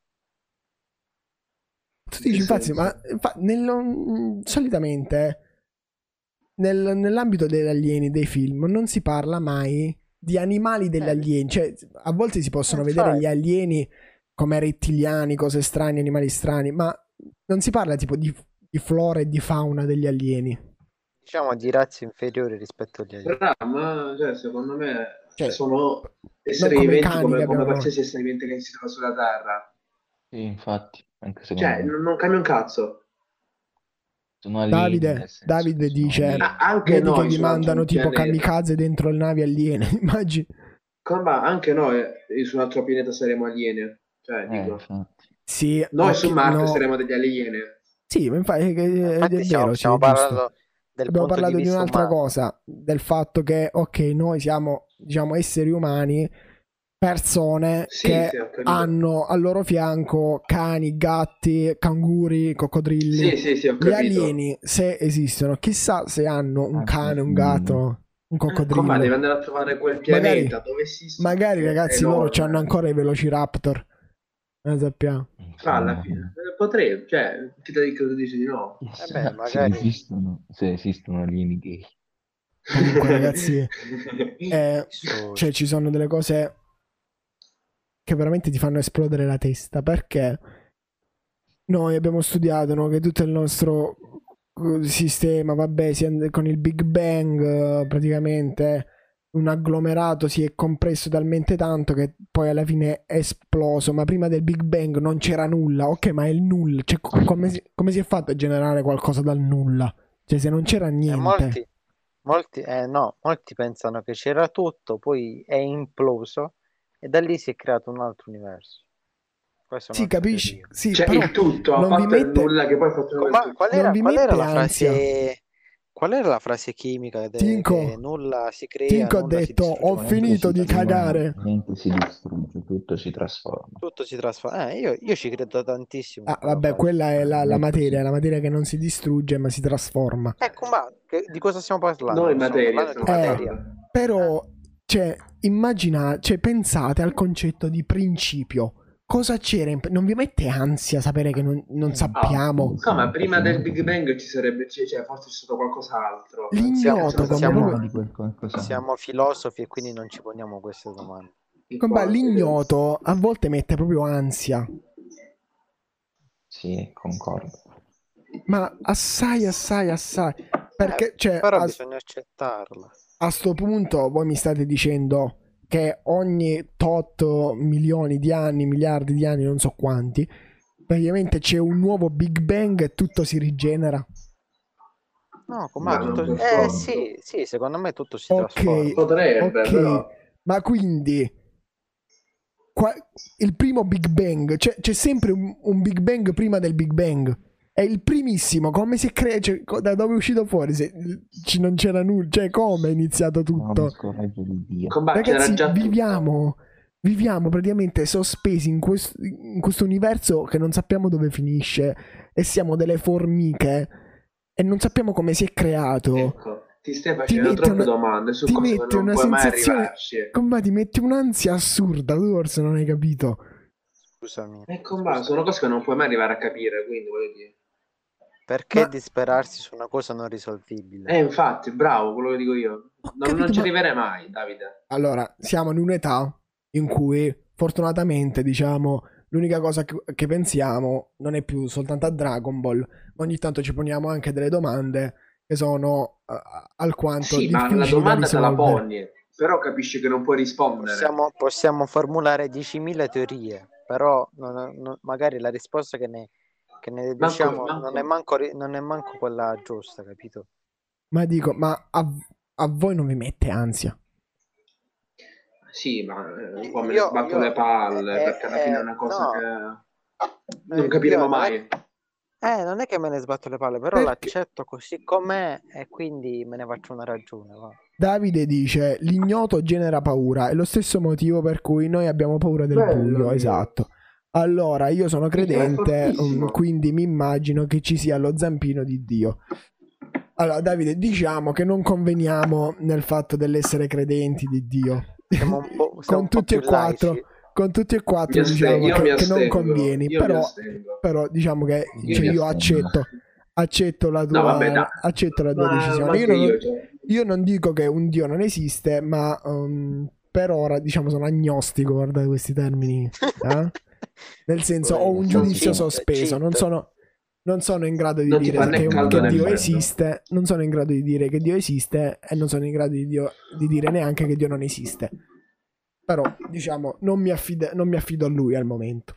Tu dici, Che infatti, senso? ma infa- nello- mm, solitamente nel- nell'ambito degli alieni, dei film, non si parla mai di animali degli Eh. alieni. Cioè, a volte si possono Eh, vedere infatti. gli alieni come rettiliani, cose strane, animali strani, ma non si parla tipo di, di flora e di fauna degli alieni. Diciamo di razze inferiori rispetto agli alieni. Però, ma cioè, secondo me Cioè, sono esseri non come i viventi cani come, che come abbiamo noi. qualsiasi essere vivente che esiste sulla Terra. Sì, infatti, anche secondo Cioè, me. non, non cambia un cazzo. Sono alieni, Davide, nel senso Davide che sono dice: alieni. Ah, anche vedi noi che gli su un altro mandano tipo pianeta. kamikaze dentro le navi aliene. Immagini? Come va? Anche noi eh, su un altro pianeta saremo alieni. Cioè, Eh, dico, infatti. Sì, noi ok, su Marte no. saremo degli alieni. Sì, ma infatti è, è- Infatti è stiamo, vero, sì, stiamo è giusto. parlando del Abbiamo punto parlato di di vista un'altra umano. cosa, del fatto che, ok, noi siamo, diciamo, esseri umani, persone Sì, che sì, ho capito. hanno al loro fianco cani, gatti, canguri, coccodrilli. Sì, sì, sì, ho Gli capito. alieni, se esistono, chissà se hanno un Anche cane, un i- gatto, un Come coccodrillo. devi andare a trovare quel Magari, pianeta dove esistono? magari È ragazzi, loro enorme. hanno ancora i velociraptor. Non sappiamo. Ah, alla Insomma, fine. Eh, Potrei, cioè, chi te cosa dici di no? Eh chissà beh, se magari- esistono, se esistono alieni gay. Comunque, ragazzi, eh, So- cioè, ci sono delle cose che veramente ti fanno esplodere la testa, perché noi abbiamo studiato, no, che tutto il nostro eh, sistema, vabbè, si è- con il Big Bang eh, praticamente un agglomerato si è compresso talmente tanto che poi alla fine è esploso, ma prima del Big Bang non c'era nulla. Ok, ma è il nulla, cioè, co- come si, come si è fatto a generare qualcosa dal nulla? Cioè, se non c'era Eh, niente. molti, molti, eh, no, molti pensano che c'era tutto, poi è imploso e da lì si è creato un altro universo. Questa è Sì, un'altra capisci? teoria. Sì, C'è però il tutto, a non vi parte il mette... nulla che poi ha fatto il Ma tutto. qual non era, vi qual era mette la ansia? frase? Qual era la frase chimica de- Tinco, che nulla si crea, Tinco ha nulla si detto, distrugge, ho ma finito di tutto si trasforma. cagare. Niente si distrugge, tutto si trasforma. Tutto si trasforma. Eh, io, io ci credo tantissimo. in Ah, quella vabbè, frase. quella è la, la Ecco, materia, sì. la materia che non si distrugge ma si trasforma. Ecco, ma che- di cosa stiamo parlando? Noi Stiamo materia parlando di stiamo Eh, materia. parlando. Però, cioè, immagina, cioè, pensate al concetto di principio. Cosa c'era? in- Non vi mette ansia sapere che non, non Ah, sappiamo? come prima del Big Bang ci sarebbe, cioè, cioè, forse c'è stato qualcos'altro. L'ignoto, Siamo- come siamo- proprio- di quel qualcosa. Siamo filosofi e quindi non ci poniamo queste domande. come l'ignoto a volte mette proprio ansia. Sì, concordo. Ma assai, assai, assai. Perché, cioè, Però a, bisogna accettarla. a sto punto voi mi state dicendo che ogni tot milioni di anni, miliardi di anni, non so quanti, praticamente c'è un nuovo Big Bang e tutto si rigenera. No, come Ma tutto... non per Eh forza. sì, sì, secondo me tutto si Ok, trasforma. Potrebbe, ok, però. ma quindi qua- il primo Big Bang, c'è, c'è sempre un, un Big Bang prima del Big Bang. È il primissimo, come si è creato, cioè, co- da dove è uscito fuori? Se, ci non c'era nulla, cioè come è iniziato Non mi tutto? scorreggio di Dio. Com'è, c'era Ragazzi, già tutto. viviamo, viviamo praticamente sospesi in, quest- in questo universo che non sappiamo dove finisce e siamo delle formiche e non sappiamo come si è creato. Ecco, ti stai Ti facendo mette troppe una- domande su ti cose che mette non una puoi mai sensazione, arrivarci. com'è, ti mette un'ansia assurda, tu forse non hai capito. Scusami. E com'è, scusami. sono cose che non puoi mai arrivare a capire, quindi voglio dire. Perché Ma- disperarsi su una cosa non risolvibile? Eh, infatti, bravo, quello che dico io. Ho Non, capito, non ci ma- arriverei mai, Davide. Allora, siamo in un'età in cui fortunatamente, diciamo, l'unica cosa che, che pensiamo non è più soltanto a Dragon Ball, ma ogni tanto ci poniamo anche delle domande che sono uh, alquanto Sì, ma difficili la domanda da te la risolvere. poni, però capisci che non puoi rispondere. Possiamo, possiamo formulare diecimila teorie, però non- non- magari la risposta che ne, che ne deduciamo manco- non, è manco, ri- non è manco quella giusta, capito? Ma dico, ma a, a voi non vi mette ansia? Sì, ma eh, un po' me ne Io- sbatto io- le palle, eh, perché alla fine è eh, una cosa no. che non Eh, capiremo io non è- mai. Eh, non è che me ne sbatto le palle, però Perché? l'accetto così com'è e quindi me ne faccio una ragione. Va. Davide dice, l'ignoto genera paura, è lo stesso motivo per cui noi abbiamo paura del Bello buio, mio. esatto. Allora, io sono Minchia, è credente, fortissimo. um, quindi mi immagino che ci sia lo zampino di Dio. Allora, Davide, diciamo che non conveniamo nel fatto dell'essere credenti di Dio. Siamo un po', siamo Con un po' tutti e più quattro, laici. con tutti e quattro Mi asten- diciamo io che, mi che non astengo, convieni, io mi però, astengo. però diciamo che Io cioè, mi io astengo. accetto, accetto la tua, No, vabbè, dai. accetto la tua Ma- decisione. ma Io anche non, io, cioè. io non dico che un Dio non esiste, ma um, per ora diciamo sono agnostico, guardate questi termini. eh? Nel senso, ho un giudizio Cheat, sospeso, non cheat. sono, non sono in grado di Non ti dire fa né che, caldo che né Dio freddo. esiste, non sono in grado di dire che Dio esiste e non sono in grado di, Dio- di dire neanche che Dio non esiste. Però, diciamo, non mi, affida- non mi affido a lui al momento.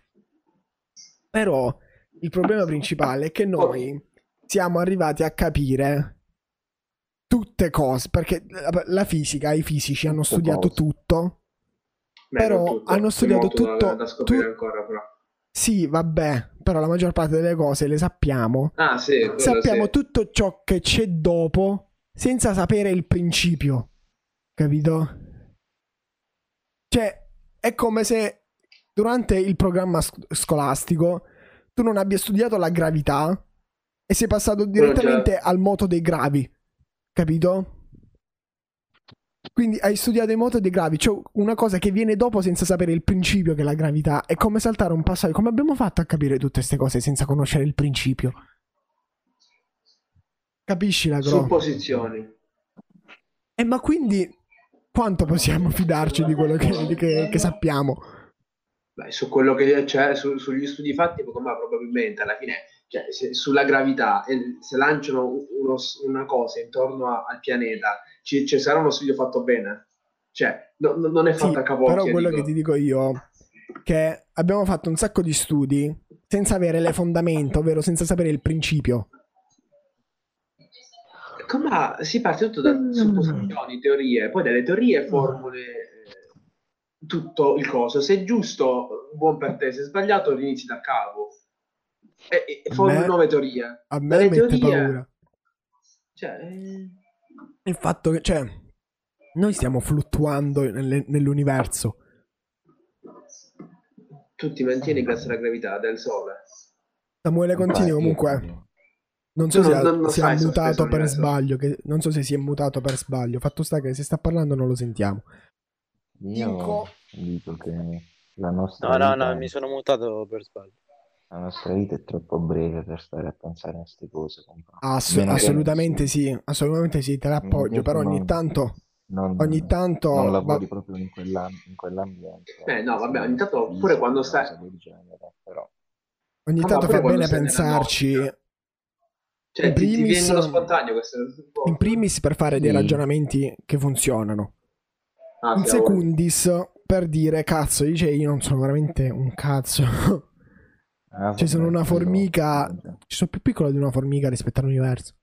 Però il problema principale è che noi siamo arrivati a capire tutte cose, perché la- la fisica, i fisici hanno Tutte studiato cose. tutto. Beh, Però non tutto, hanno c'è studiato molto da- tutto- da scoprire tu- ancora, però. Sì, vabbè, però la maggior parte delle cose le sappiamo. Ah, sì, quello Sappiamo sì. tutto ciò che c'è dopo senza sapere il principio. Capito? Cioè, è come se durante il programma sc- scolastico tu non abbia studiato la gravità e sei passato direttamente al moto dei gravi. Capito? Quindi hai studiato il moto dei gravi, cioè una cosa che viene dopo senza sapere il principio che è la gravità. È come saltare un passaggio. Come abbiamo fatto a capire tutte queste cose senza conoscere il principio? Capisci la gro? Supposizioni. Eh, ma quindi quanto possiamo fidarci di quello che, di che- che sappiamo? Beh, su quello che c'è, su- sugli studi fatti, come probabilmente alla fine, cioè, se- sulla gravità, e se lanciano uno- una cosa intorno a- al pianeta, ci, ci sarà uno studio fatto bene? Cioè, no- no- non è Sì, fatta a capocchia, però quello dico. che ti dico io che abbiamo fatto un sacco di studi senza avere le fondamenta, ovvero senza sapere il principio. Come si parte tutto da supposizioni, teorie, poi dalle teorie formule eh, tutto il coso. Se è giusto, buon per te, se è sbagliato, rinizi da capo. E, e A formuli me- nuove teorie. A me Dalle mette teorie, paura cioè, eh, il fatto che, cioè, noi stiamo fluttuando nelle- nell'universo. tu ti mantieni grazie alla gravità del sole. Samuele Contini Infatti, comunque non so Tu se non- ha- non- non si è stai mutato sospeso per nell'universo. sbaglio, che, non so se si è mutato per sbaglio. Fatto sta che se sta parlando non lo sentiamo. Io Dico- dico che la nostra No, no, vita, no, mi sono mutato per sbaglio. la nostra vita è troppo breve per stare a pensare a queste cose. compa. Ass- Meno che- assolutamente sì, assolutamente sì, te meno l'appoggio, che però ogni non- tanto, non, ogni tanto non va- lavori proprio in, quell'am- in quell'ambiente. Eh, no, vabbè, Sì, ogni tanto fisica, pure quando cose stai- del genere, però. ogni Ah, ma tanto pure fa quando bene sei nella pensarci. notte. Cioè, In ti, ti primis- viene uno spontaneo questo boh. In primis per fare dei Sì. ragionamenti che funzionano. Ah, In sì, a voglia. secundis per dire cazzo, dice io non sono veramente un cazzo. Ah, Ci sono vabbè, una quello- formica, ci sono più piccole di una formica rispetto all'universo.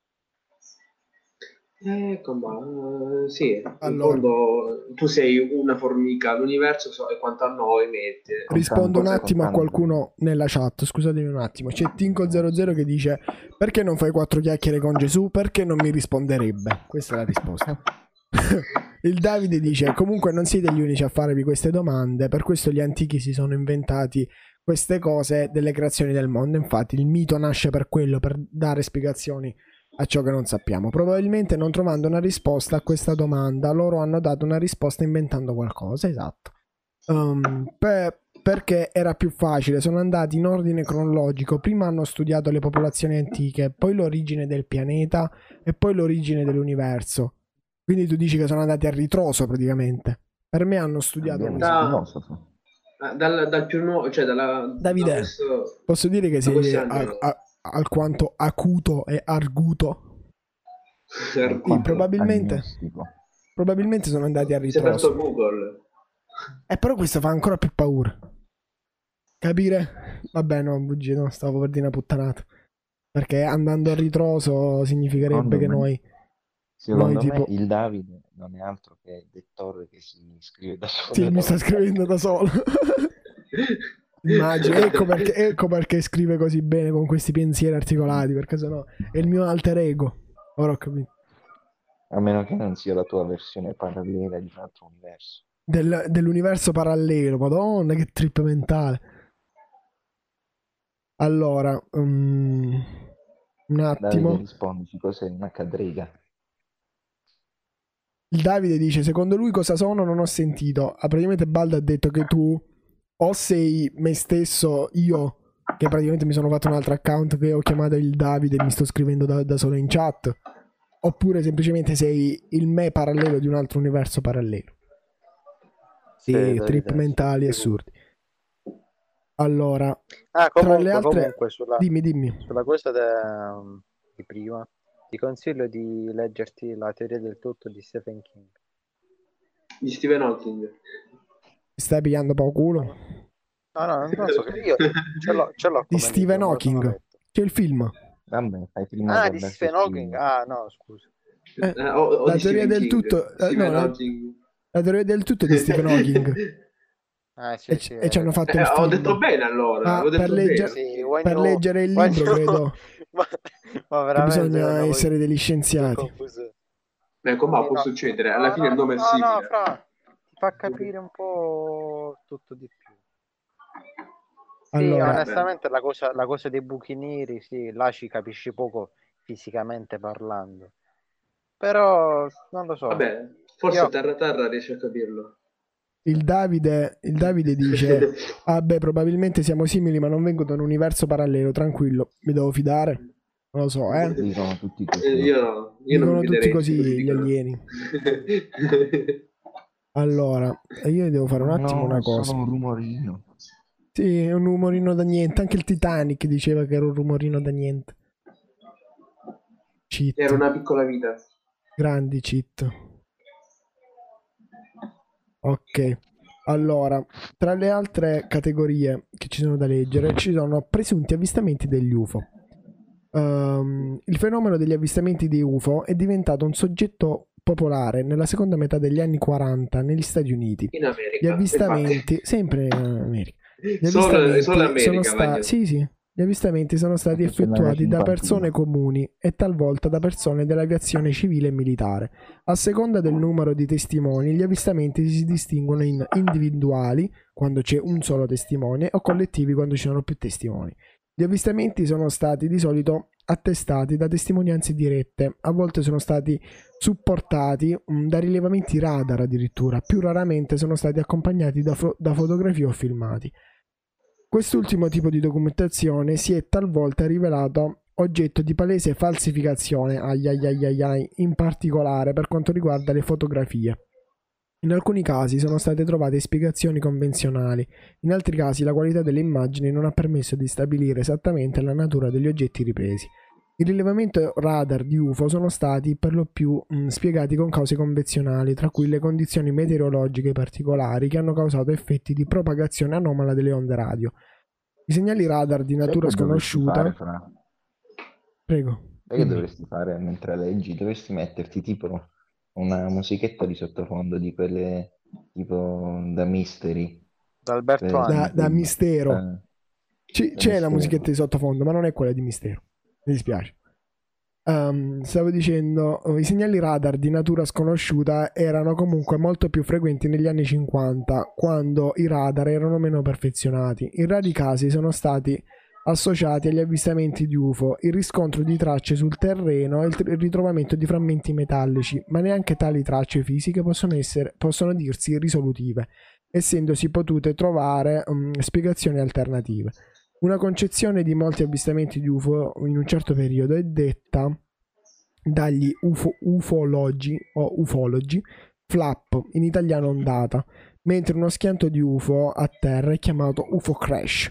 Ecco, ma eh, sì, in Allora. fondo tu sei una formica, l'universo so, è quanto a noi mette. Rispondo un Forse- attimo a contando- qualcuno nella chat, scusatemi un attimo. C'è Tinko zero zero che dice: perché non fai quattro chiacchiere con Gesù? Perché non mi risponderebbe? Questa è la risposta. Il Davide dice: comunque non siete gli unici a farvi queste domande, per questo gli antichi si sono inventati queste cose delle creazioni del mondo. Infatti il mito nasce per quello, per dare spiegazioni a ciò che non sappiamo. Probabilmente non trovando una risposta a questa domanda, loro hanno dato una risposta inventando qualcosa. Esatto. Um, per- perché era più facile, sono andati in ordine cronologico. Prima hanno studiato le popolazioni antiche, poi l'origine del pianeta e poi l'origine dell'universo. Quindi tu dici che sono andati a ritroso praticamente. Per me hanno studiato Abbiamo così. Da- filosofo. Ah, Dal, dal più nuovo, cioè dalla, Davide, da questo, Posso dire che da sei questi a- anni, a- alquanto acuto e arguto. Argento. Sì, probabilmente, agnostico. probabilmente sono andati a Si è aperto ritroso. Google. E però questo fa ancora più paura. Capire? Vabbè, no, bugie, no, stavo per dire una puttanata. Perché andando a ritroso significherebbe Secondo che me- noi... Secondo Noi me tipo- il Davide non è altro che il lettore che si scrive da solo. Sì, mi sta scrivendo da solo. Immagino, ecco perché, ecco perché scrive così bene con questi pensieri articolati, perché sennò è il mio alter ego. Ora ho capito. A meno che non sia la tua versione parallela di un altro universo. Del- dell'universo parallelo, madonna, che trip mentale. Allora, um, un Davide, attimo. rispondici, cos'è una cadrega? Il Davide dice: secondo lui cosa sono? Non ho sentito. Ah, praticamente Baldo ha detto che tu o sei me stesso, io, che praticamente mi sono fatto un altro account che ho chiamato il Davide e mi sto scrivendo da, da solo in chat, oppure semplicemente sei il me parallelo di un altro universo parallelo. Sì, E Davide, trip sì, mentali sicuro. assurdi. Allora, Ah, tra comunque, le altre... comunque sulla, Dimmi, dimmi. sulla cosa de- di prima, ti consiglio di leggerti La teoria del tutto di Stephen King. Di Stephen Hawking. Ti stai pigliando poco culo? No, no, non so che io ce l'ho, ce l'ho Di come Stephen libro, me lo sono Hawking. letto. C'è il film. Vabbè, fai prima a Ah, di guardarti Stephen il Hawking? film. Ah, no, scusa. Eh, Eh, o, o la di teoria Stephen del King. tutto... eh, Stephen no, la, Hawking. la teoria del tutto è di Stephen Hawking. Ah, sì, E, sì, e ci hanno eh, fatto Eh, il ho film. detto bene allora. Ah, ho per detto leggere- bene. sì, when per you- leggere il when libro, you- credo ma, ma che veramente bisogna secondo voi essere degli sono scienziati. confuso? Ecco, ma Sì, può no. succedere. No, Alla fine no, il nome è no, no, simile. fra, ti fa capire un po' tutto di più. Sì, Allora, onestamente la cosa, la cosa dei buchi neri, sì, là ci capisci poco fisicamente parlando. Però, non lo so. Vabbè, forse Io- Terra Terra riesce a capirlo. il Davide, il Davide dice: ah beh, probabilmente siamo simili, ma non vengo da un universo parallelo. Tranquillo, mi devo fidare? Non lo so, eh. Dicono tutti Eh, così. io no, io non Dicono mi tutti fiderei, così tutti gli dicono. alieni. Allora, io devo fare un attimo No, una è cosa. solo un rumorino. Sì, è un rumorino da niente. Anche il Titanic diceva che era un rumorino da niente. Cheat. Era una piccola vita. Grandi cheat. Ok. Allora, tra le altre categorie che ci sono da leggere, ci sono presunti avvistamenti degli U F O. Um, il fenomeno degli avvistamenti di U F O è diventato un soggetto popolare nella seconda metà degli anni quaranta negli Stati Uniti. In America. Gli avvistamenti, infatti. sempre in America. Gli Solo, avvistamenti solo America, sono stati, Magno. sì, sì, gli avvistamenti sono stati Perché c'è la effettuati da cinquantuno. persone comuni e talvolta da persone dell'aviazione civile e militare. A seconda del numero di testimoni, gli avvistamenti si distinguono in individuali, quando c'è un solo testimone, o collettivi, quando ci sono più testimoni. Gli avvistamenti sono stati di solito attestati da testimonianze dirette, a volte sono stati supportati mh, da rilevamenti radar addirittura, più raramente sono stati accompagnati da, fo- da fotografie o filmati. Quest'ultimo tipo di documentazione si è talvolta rivelato oggetto di palese falsificazione, ai ai ai ai ai, in particolare per quanto riguarda le fotografie. In alcuni casi sono state trovate spiegazioni convenzionali, in altri casi la qualità delle immagini non ha permesso di stabilire esattamente la natura degli oggetti ripresi. Il rilevamento radar di U F O sono stati per lo più mh, spiegati con cause convenzionali, tra cui le condizioni meteorologiche particolari che hanno causato effetti di propagazione anomala delle onde radio. I segnali radar di Sai natura che dovresti fare, sconosciuta. Fra? Prego. Sai che dimmi. dovresti fare mentre leggi? Dovresti metterti tipo una musichetta di sottofondo di quelle tipo da mystery. Da Alberto per Angela. Da, da YouTube. mistero. Eh, Ci- da c'è la mistero. musichetta di sottofondo, ma non è quella di mistero. Mi dispiace. Ehm, stavo dicendo, eh, i segnali radar di natura sconosciuta erano comunque molto più frequenti negli anni cinquanta, quando i radar erano meno perfezionati. In rari casi sono stati associati agli avvistamenti di U F O, il riscontro di tracce sul terreno e il, tr- il ritrovamento di frammenti metallici, ma neanche tali tracce fisiche possono, essere, possono dirsi risolutive, essendosi potute trovare um, spiegazioni alternative. Una concezione di molti avvistamenti di U F O in un certo periodo è detta dagli ufo, ufologi o ufologi flap, in italiano ondata, mentre uno schianto di U F O a terra è chiamato U F O crash.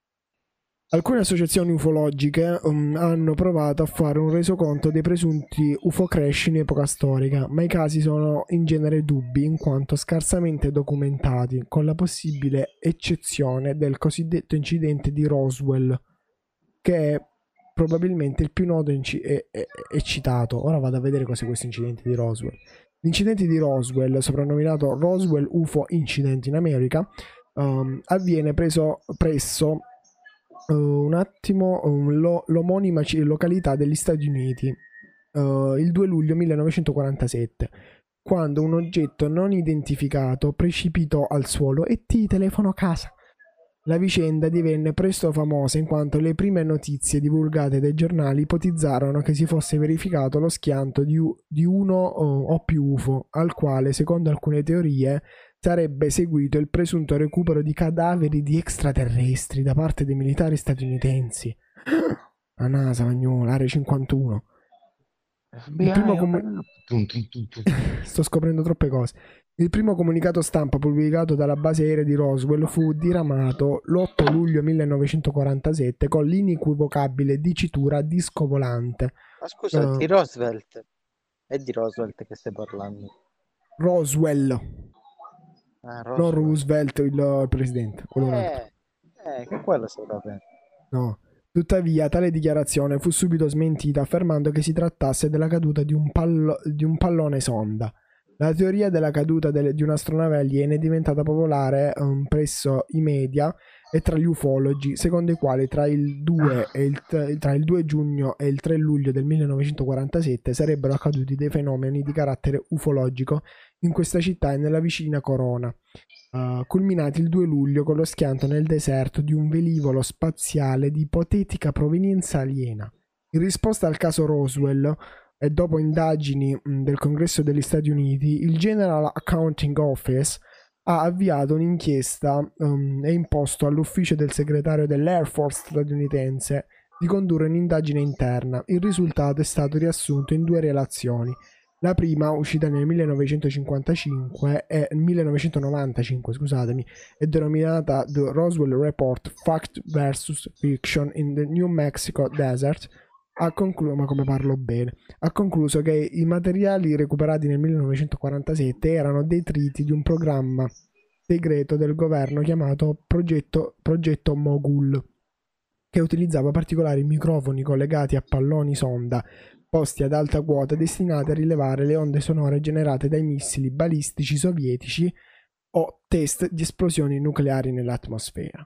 Alcune associazioni ufologiche um, hanno provato a fare un resoconto dei presunti U F O crash in epoca storica, ma i casi sono in genere dubbi in quanto scarsamente documentati, con la possibile eccezione del cosiddetto incidente di Roswell, che è probabilmente il più noto inci- e, e- e citato. Ora vado a vedere cos'è questo incidente di Roswell. L'incidente di Roswell, soprannominato Roswell U F O Incident in America, um, avviene preso presso Uh, un attimo um, lo, l'omonima ci- località degli Stati Uniti uh, il due luglio millenovecentoquarantasette, quando un oggetto non identificato precipitò al suolo e ti telefonò a casa. La vicenda divenne presto famosa in quanto le prime notizie divulgate dai giornali ipotizzarono che si fosse verificato lo schianto di, u- di uno uh, o più U F O, al quale, secondo alcune teorie, sarebbe seguito il presunto recupero di cadaveri di extraterrestri da parte dei militari statunitensi. La NASA, Magnola, Area cinquantuno. Il primo comu- Tum, tum, tum, tum. Sto scoprendo troppe cose. Il primo comunicato stampa pubblicato dalla base aerea di Roswell fu diramato l'otto luglio millenovecentoquarantasette con l'inequivocabile dicitura disco volante. Ma scusa, Uh, di Roosevelt. È di Roosevelt che stai parlando. Roswell, Ah, non Roswell. Roosevelt, il, il presidente, quello un altro. Eh, eh, che quello sto capendo. No. Tuttavia, tale dichiarazione fu subito smentita affermando che si trattasse della caduta di un, pallo- di un pallone sonda. La teoria della caduta delle- di un'astronave aliena è diventata popolare um, presso i media e tra gli ufologi, secondo i quali tra il due, e il, t- tra il due giugno e il tre luglio del millenovecentoquarantasette sarebbero accaduti dei fenomeni di carattere ufologico in questa città e nella vicina Corona, Uh, culminati il due luglio con lo schianto nel deserto di un velivolo spaziale di ipotetica provenienza aliena. In risposta al caso Roswell e dopo indagini mh, del Congresso degli Stati Uniti, il General Accounting Office ha avviato un'inchiesta um, e imposto all'ufficio del segretario dell'Air Force statunitense di condurre un'indagine interna. Il risultato è stato riassunto in due relazioni. La prima, uscita nel millenovecentocinquantacinque e millenovecentonovantacinque, scusatemi, è denominata The Roswell Report Fact versus Fiction in the New Mexico Desert. Ha concluso, ma come parlo bene, ha concluso che i materiali recuperati nel millenovecentoquarantasette erano detriti di un programma segreto del governo chiamato Progetto, Progetto Mogul, che utilizzava particolari microfoni collegati a palloni sonda posti ad alta quota destinati a rilevare le onde sonore generate dai missili balistici sovietici o test di esplosioni nucleari nell'atmosfera.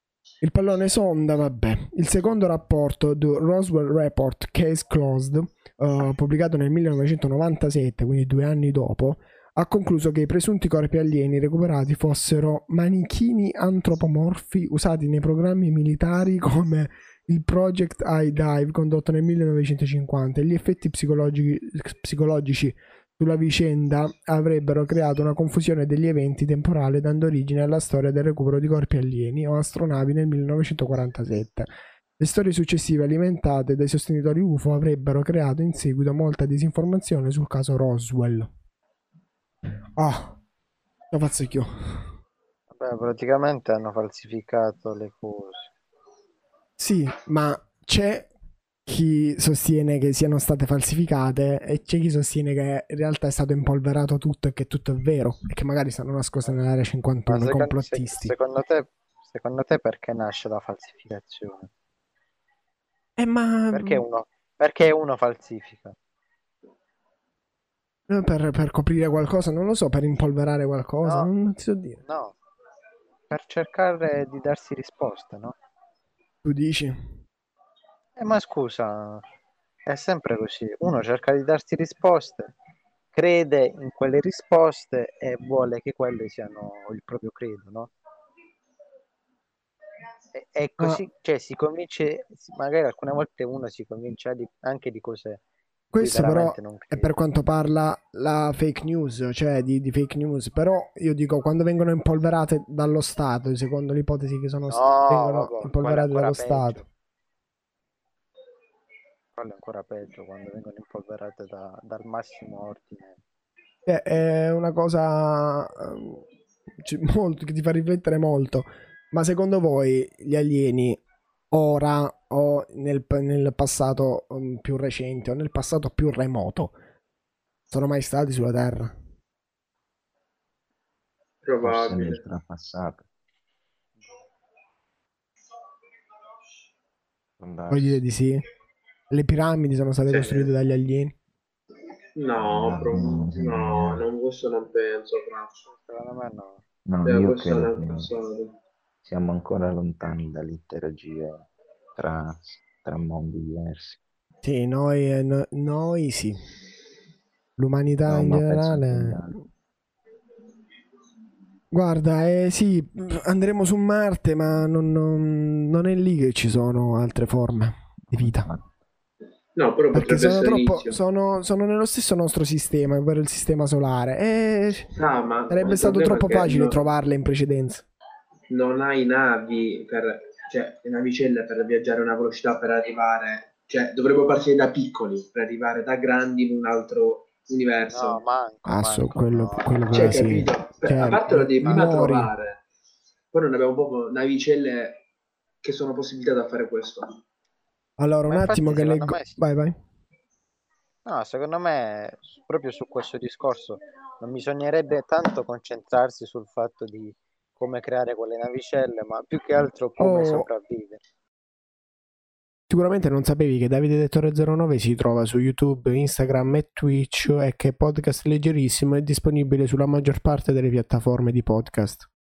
Il pallone sonda, vabbè. Il secondo rapporto, The Roswell Report Case Closed, uh, pubblicato nel millenovecentonovantasette, quindi due anni dopo, ha concluso che i presunti corpi alieni recuperati fossero manichini antropomorfi usati nei programmi militari come il Project High Dive condotto nel millenovecentocinquanta e gli effetti psicologici, psicologici sulla vicenda avrebbero creato una confusione degli eventi temporali dando origine alla storia del recupero di corpi alieni o astronavi nel millenovecentoquarantasette. Le storie successive alimentate dai sostenitori U F O avrebbero creato in seguito molta disinformazione sul caso Roswell. Ah, lo faccio io. Vabbè, praticamente hanno falsificato le cose. Sì, ma c'è chi sostiene che siano state falsificate e c'è chi sostiene che in realtà è stato impolverato tutto e che tutto è vero e che magari stanno nascoste nell'area Ma cinquantuno, secondo, se- complottisti. secondo te, Secondo te perché nasce la falsificazione? Eh, ma Perché uno, perché uno falsifica? eh, per, per coprire qualcosa, non lo so, per impolverare qualcosa, No, non, non ti so dire. no, per cercare di darsi risposte, no? Tu dici? Eh, ma scusa, è sempre così. Uno cerca di darsi risposte, crede in quelle risposte e vuole che quelle siano il proprio credo, no? E, e Ah, così, cioè, si convince, magari alcune volte uno si convince di- anche di cose cui questo però veramente non è per crede. quanto parla la fake news, cioè di, di fake news, però io dico quando vengono impolverate dallo Stato, secondo l'ipotesi che sono, No, vengono vabbè, quello è impolverate ancora dallo Stato. peggio. Quello è ancora peggio quando vengono impolverate da- dal massimo ordine. È, è una cosa ehm, ci- molto, che ti fa riflettere molto. Ma secondo voi gli alieni ora o nel, nel passato um, più recente o nel passato più remoto sono mai stati sulla Terra? Forse nel Probabile. trapassato, può Vuoi dire darsi. di sì? Le piramidi sono state Sì. costruite dagli alieni? No, No, pro- no, no, no, non, questo non penso, Fra. Secondo me no. no, Eh, io questo è credo nel che passato. siamo ancora lontani dall'interagire tra, tra mondi diversi. Sì, noi, eh, no- noi sì. L'umanità No, in ma penso anche gli generale. altri. Guarda, eh, sì, andremo su Marte, ma non, non- non è lì che ci sono altre forme di vita. Ma No, però Perché potrebbe sono essere troppo. l'inizio. Sono, sono nello stesso nostro sistema, ovvero il sistema solare. E Ah, ma sarebbe il stato problema è troppo che facile no- trovarle in precedenza. non hai navi per, cioè, le navicelle per viaggiare a una velocità per arrivare, cioè, dovremmo partire da piccoli per arrivare da grandi in un altro No, universo. manco, Ah, so, manco, quello, no. quello Cioè, pure sì. capito? Per- a Cioè, parte lo m- devi prima muori. trovare, poi non abbiamo proprio navicelle che sono possibilitate da fare questo. Allora, un Ma attimo infatti che secondo leggo. me sì. Vai, vai. No, secondo me s- proprio su questo discorso non bisognerebbe tanto concentrarsi sul fatto di come creare quelle navicelle, ma più che altro come Oh, sopravvivere. sicuramente non sapevi che Davide Dettore zero nove si trova su YouTube, Instagram e Twitch e che Podcast Leggerissimo è disponibile sulla maggior parte delle piattaforme di podcast.